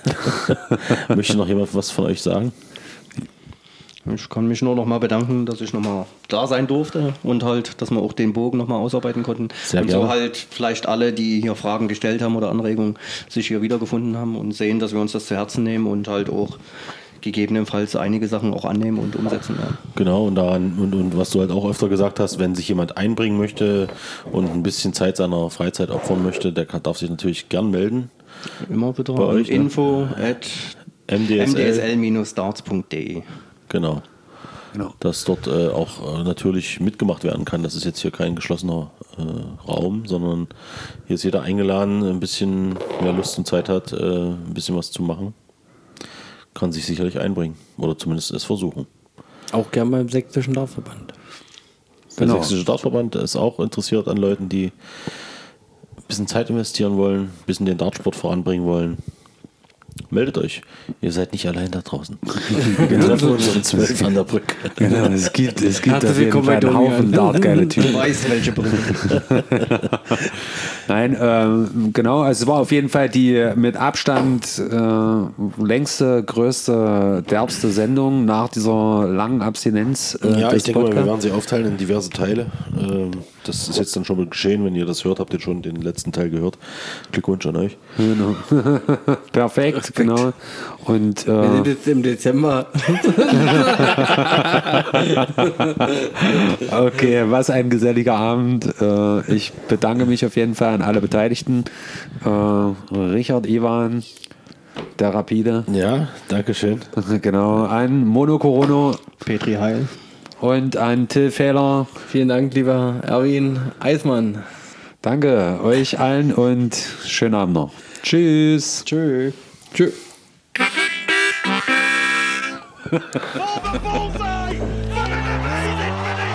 Möchte noch jemand was von euch sagen? Ich kann mich nur noch mal bedanken, dass ich noch mal da sein durfte und halt, dass wir auch den Bogen noch mal ausarbeiten konnten. Sehr und gerne. so halt vielleicht alle, die hier Fragen gestellt haben oder Anregungen, sich hier wiedergefunden haben und sehen, dass wir uns das zu Herzen nehmen und halt auch gegebenenfalls einige Sachen auch annehmen und umsetzen werden. Genau, und, daran, und, und was du halt auch öfter gesagt hast, wenn sich jemand einbringen möchte und ein bisschen Zeit seiner Freizeit opfern möchte, der kann, darf sich natürlich gern melden. Immer bitte Bei euch, ne? info at M D S L. m d s l Bindestrich darts punkt d e. Genau. Genau. Dass dort äh, auch äh, natürlich mitgemacht werden kann. Das ist jetzt hier kein geschlossener äh, Raum, sondern hier ist jeder eingeladen, ein bisschen mehr Lust und Zeit hat, äh, ein bisschen was zu machen. Kann sich sicherlich einbringen oder zumindest es versuchen. Auch gern beim Sächsischen Dartverband. Der Genau. Sächsische Dartverband ist auch interessiert an Leuten, die ein bisschen Zeit investieren wollen, ein bisschen den Dartsport voranbringen wollen. Meldet euch. Ihr seid nicht allein da draußen. Wir treffen uns um zwölf an der Brücke. Genau, es gibt, es gibt Herzlich auf jeden willkommen Fall bei einen Haufen Domian. dartgeile Typen. Du weißt, welche Brille. Nein, ähm, genau, also es war auf jeden Fall die mit Abstand äh, längste, größte, derbste Sendung nach dieser langen Abstinenz. Äh, Ja, des ich denke mal, wir Podcasts. werden sie aufteilen in diverse Teile. Ähm, Das ist jetzt dann schon mal geschehen. Wenn ihr das hört, habt ihr schon den letzten Teil gehört. Glückwunsch an euch. Genau. Perfekt, genau. Und Wir äh, sind jetzt im Dezember. okay, was ein geselliger Abend. Äh, ich bedanke mich auf jeden Fall an alle Beteiligten. Äh, Richard, Ivan, der Rapide, Ja, danke schön. genau, an Mono Corono Petri Heil. und an Till Fehler. Vielen Dank, lieber Erwin Eismann. Danke euch allen und schönen Abend noch. Tschüss. Tschö. Tschüss. For the bullseye! For the magnificent finish!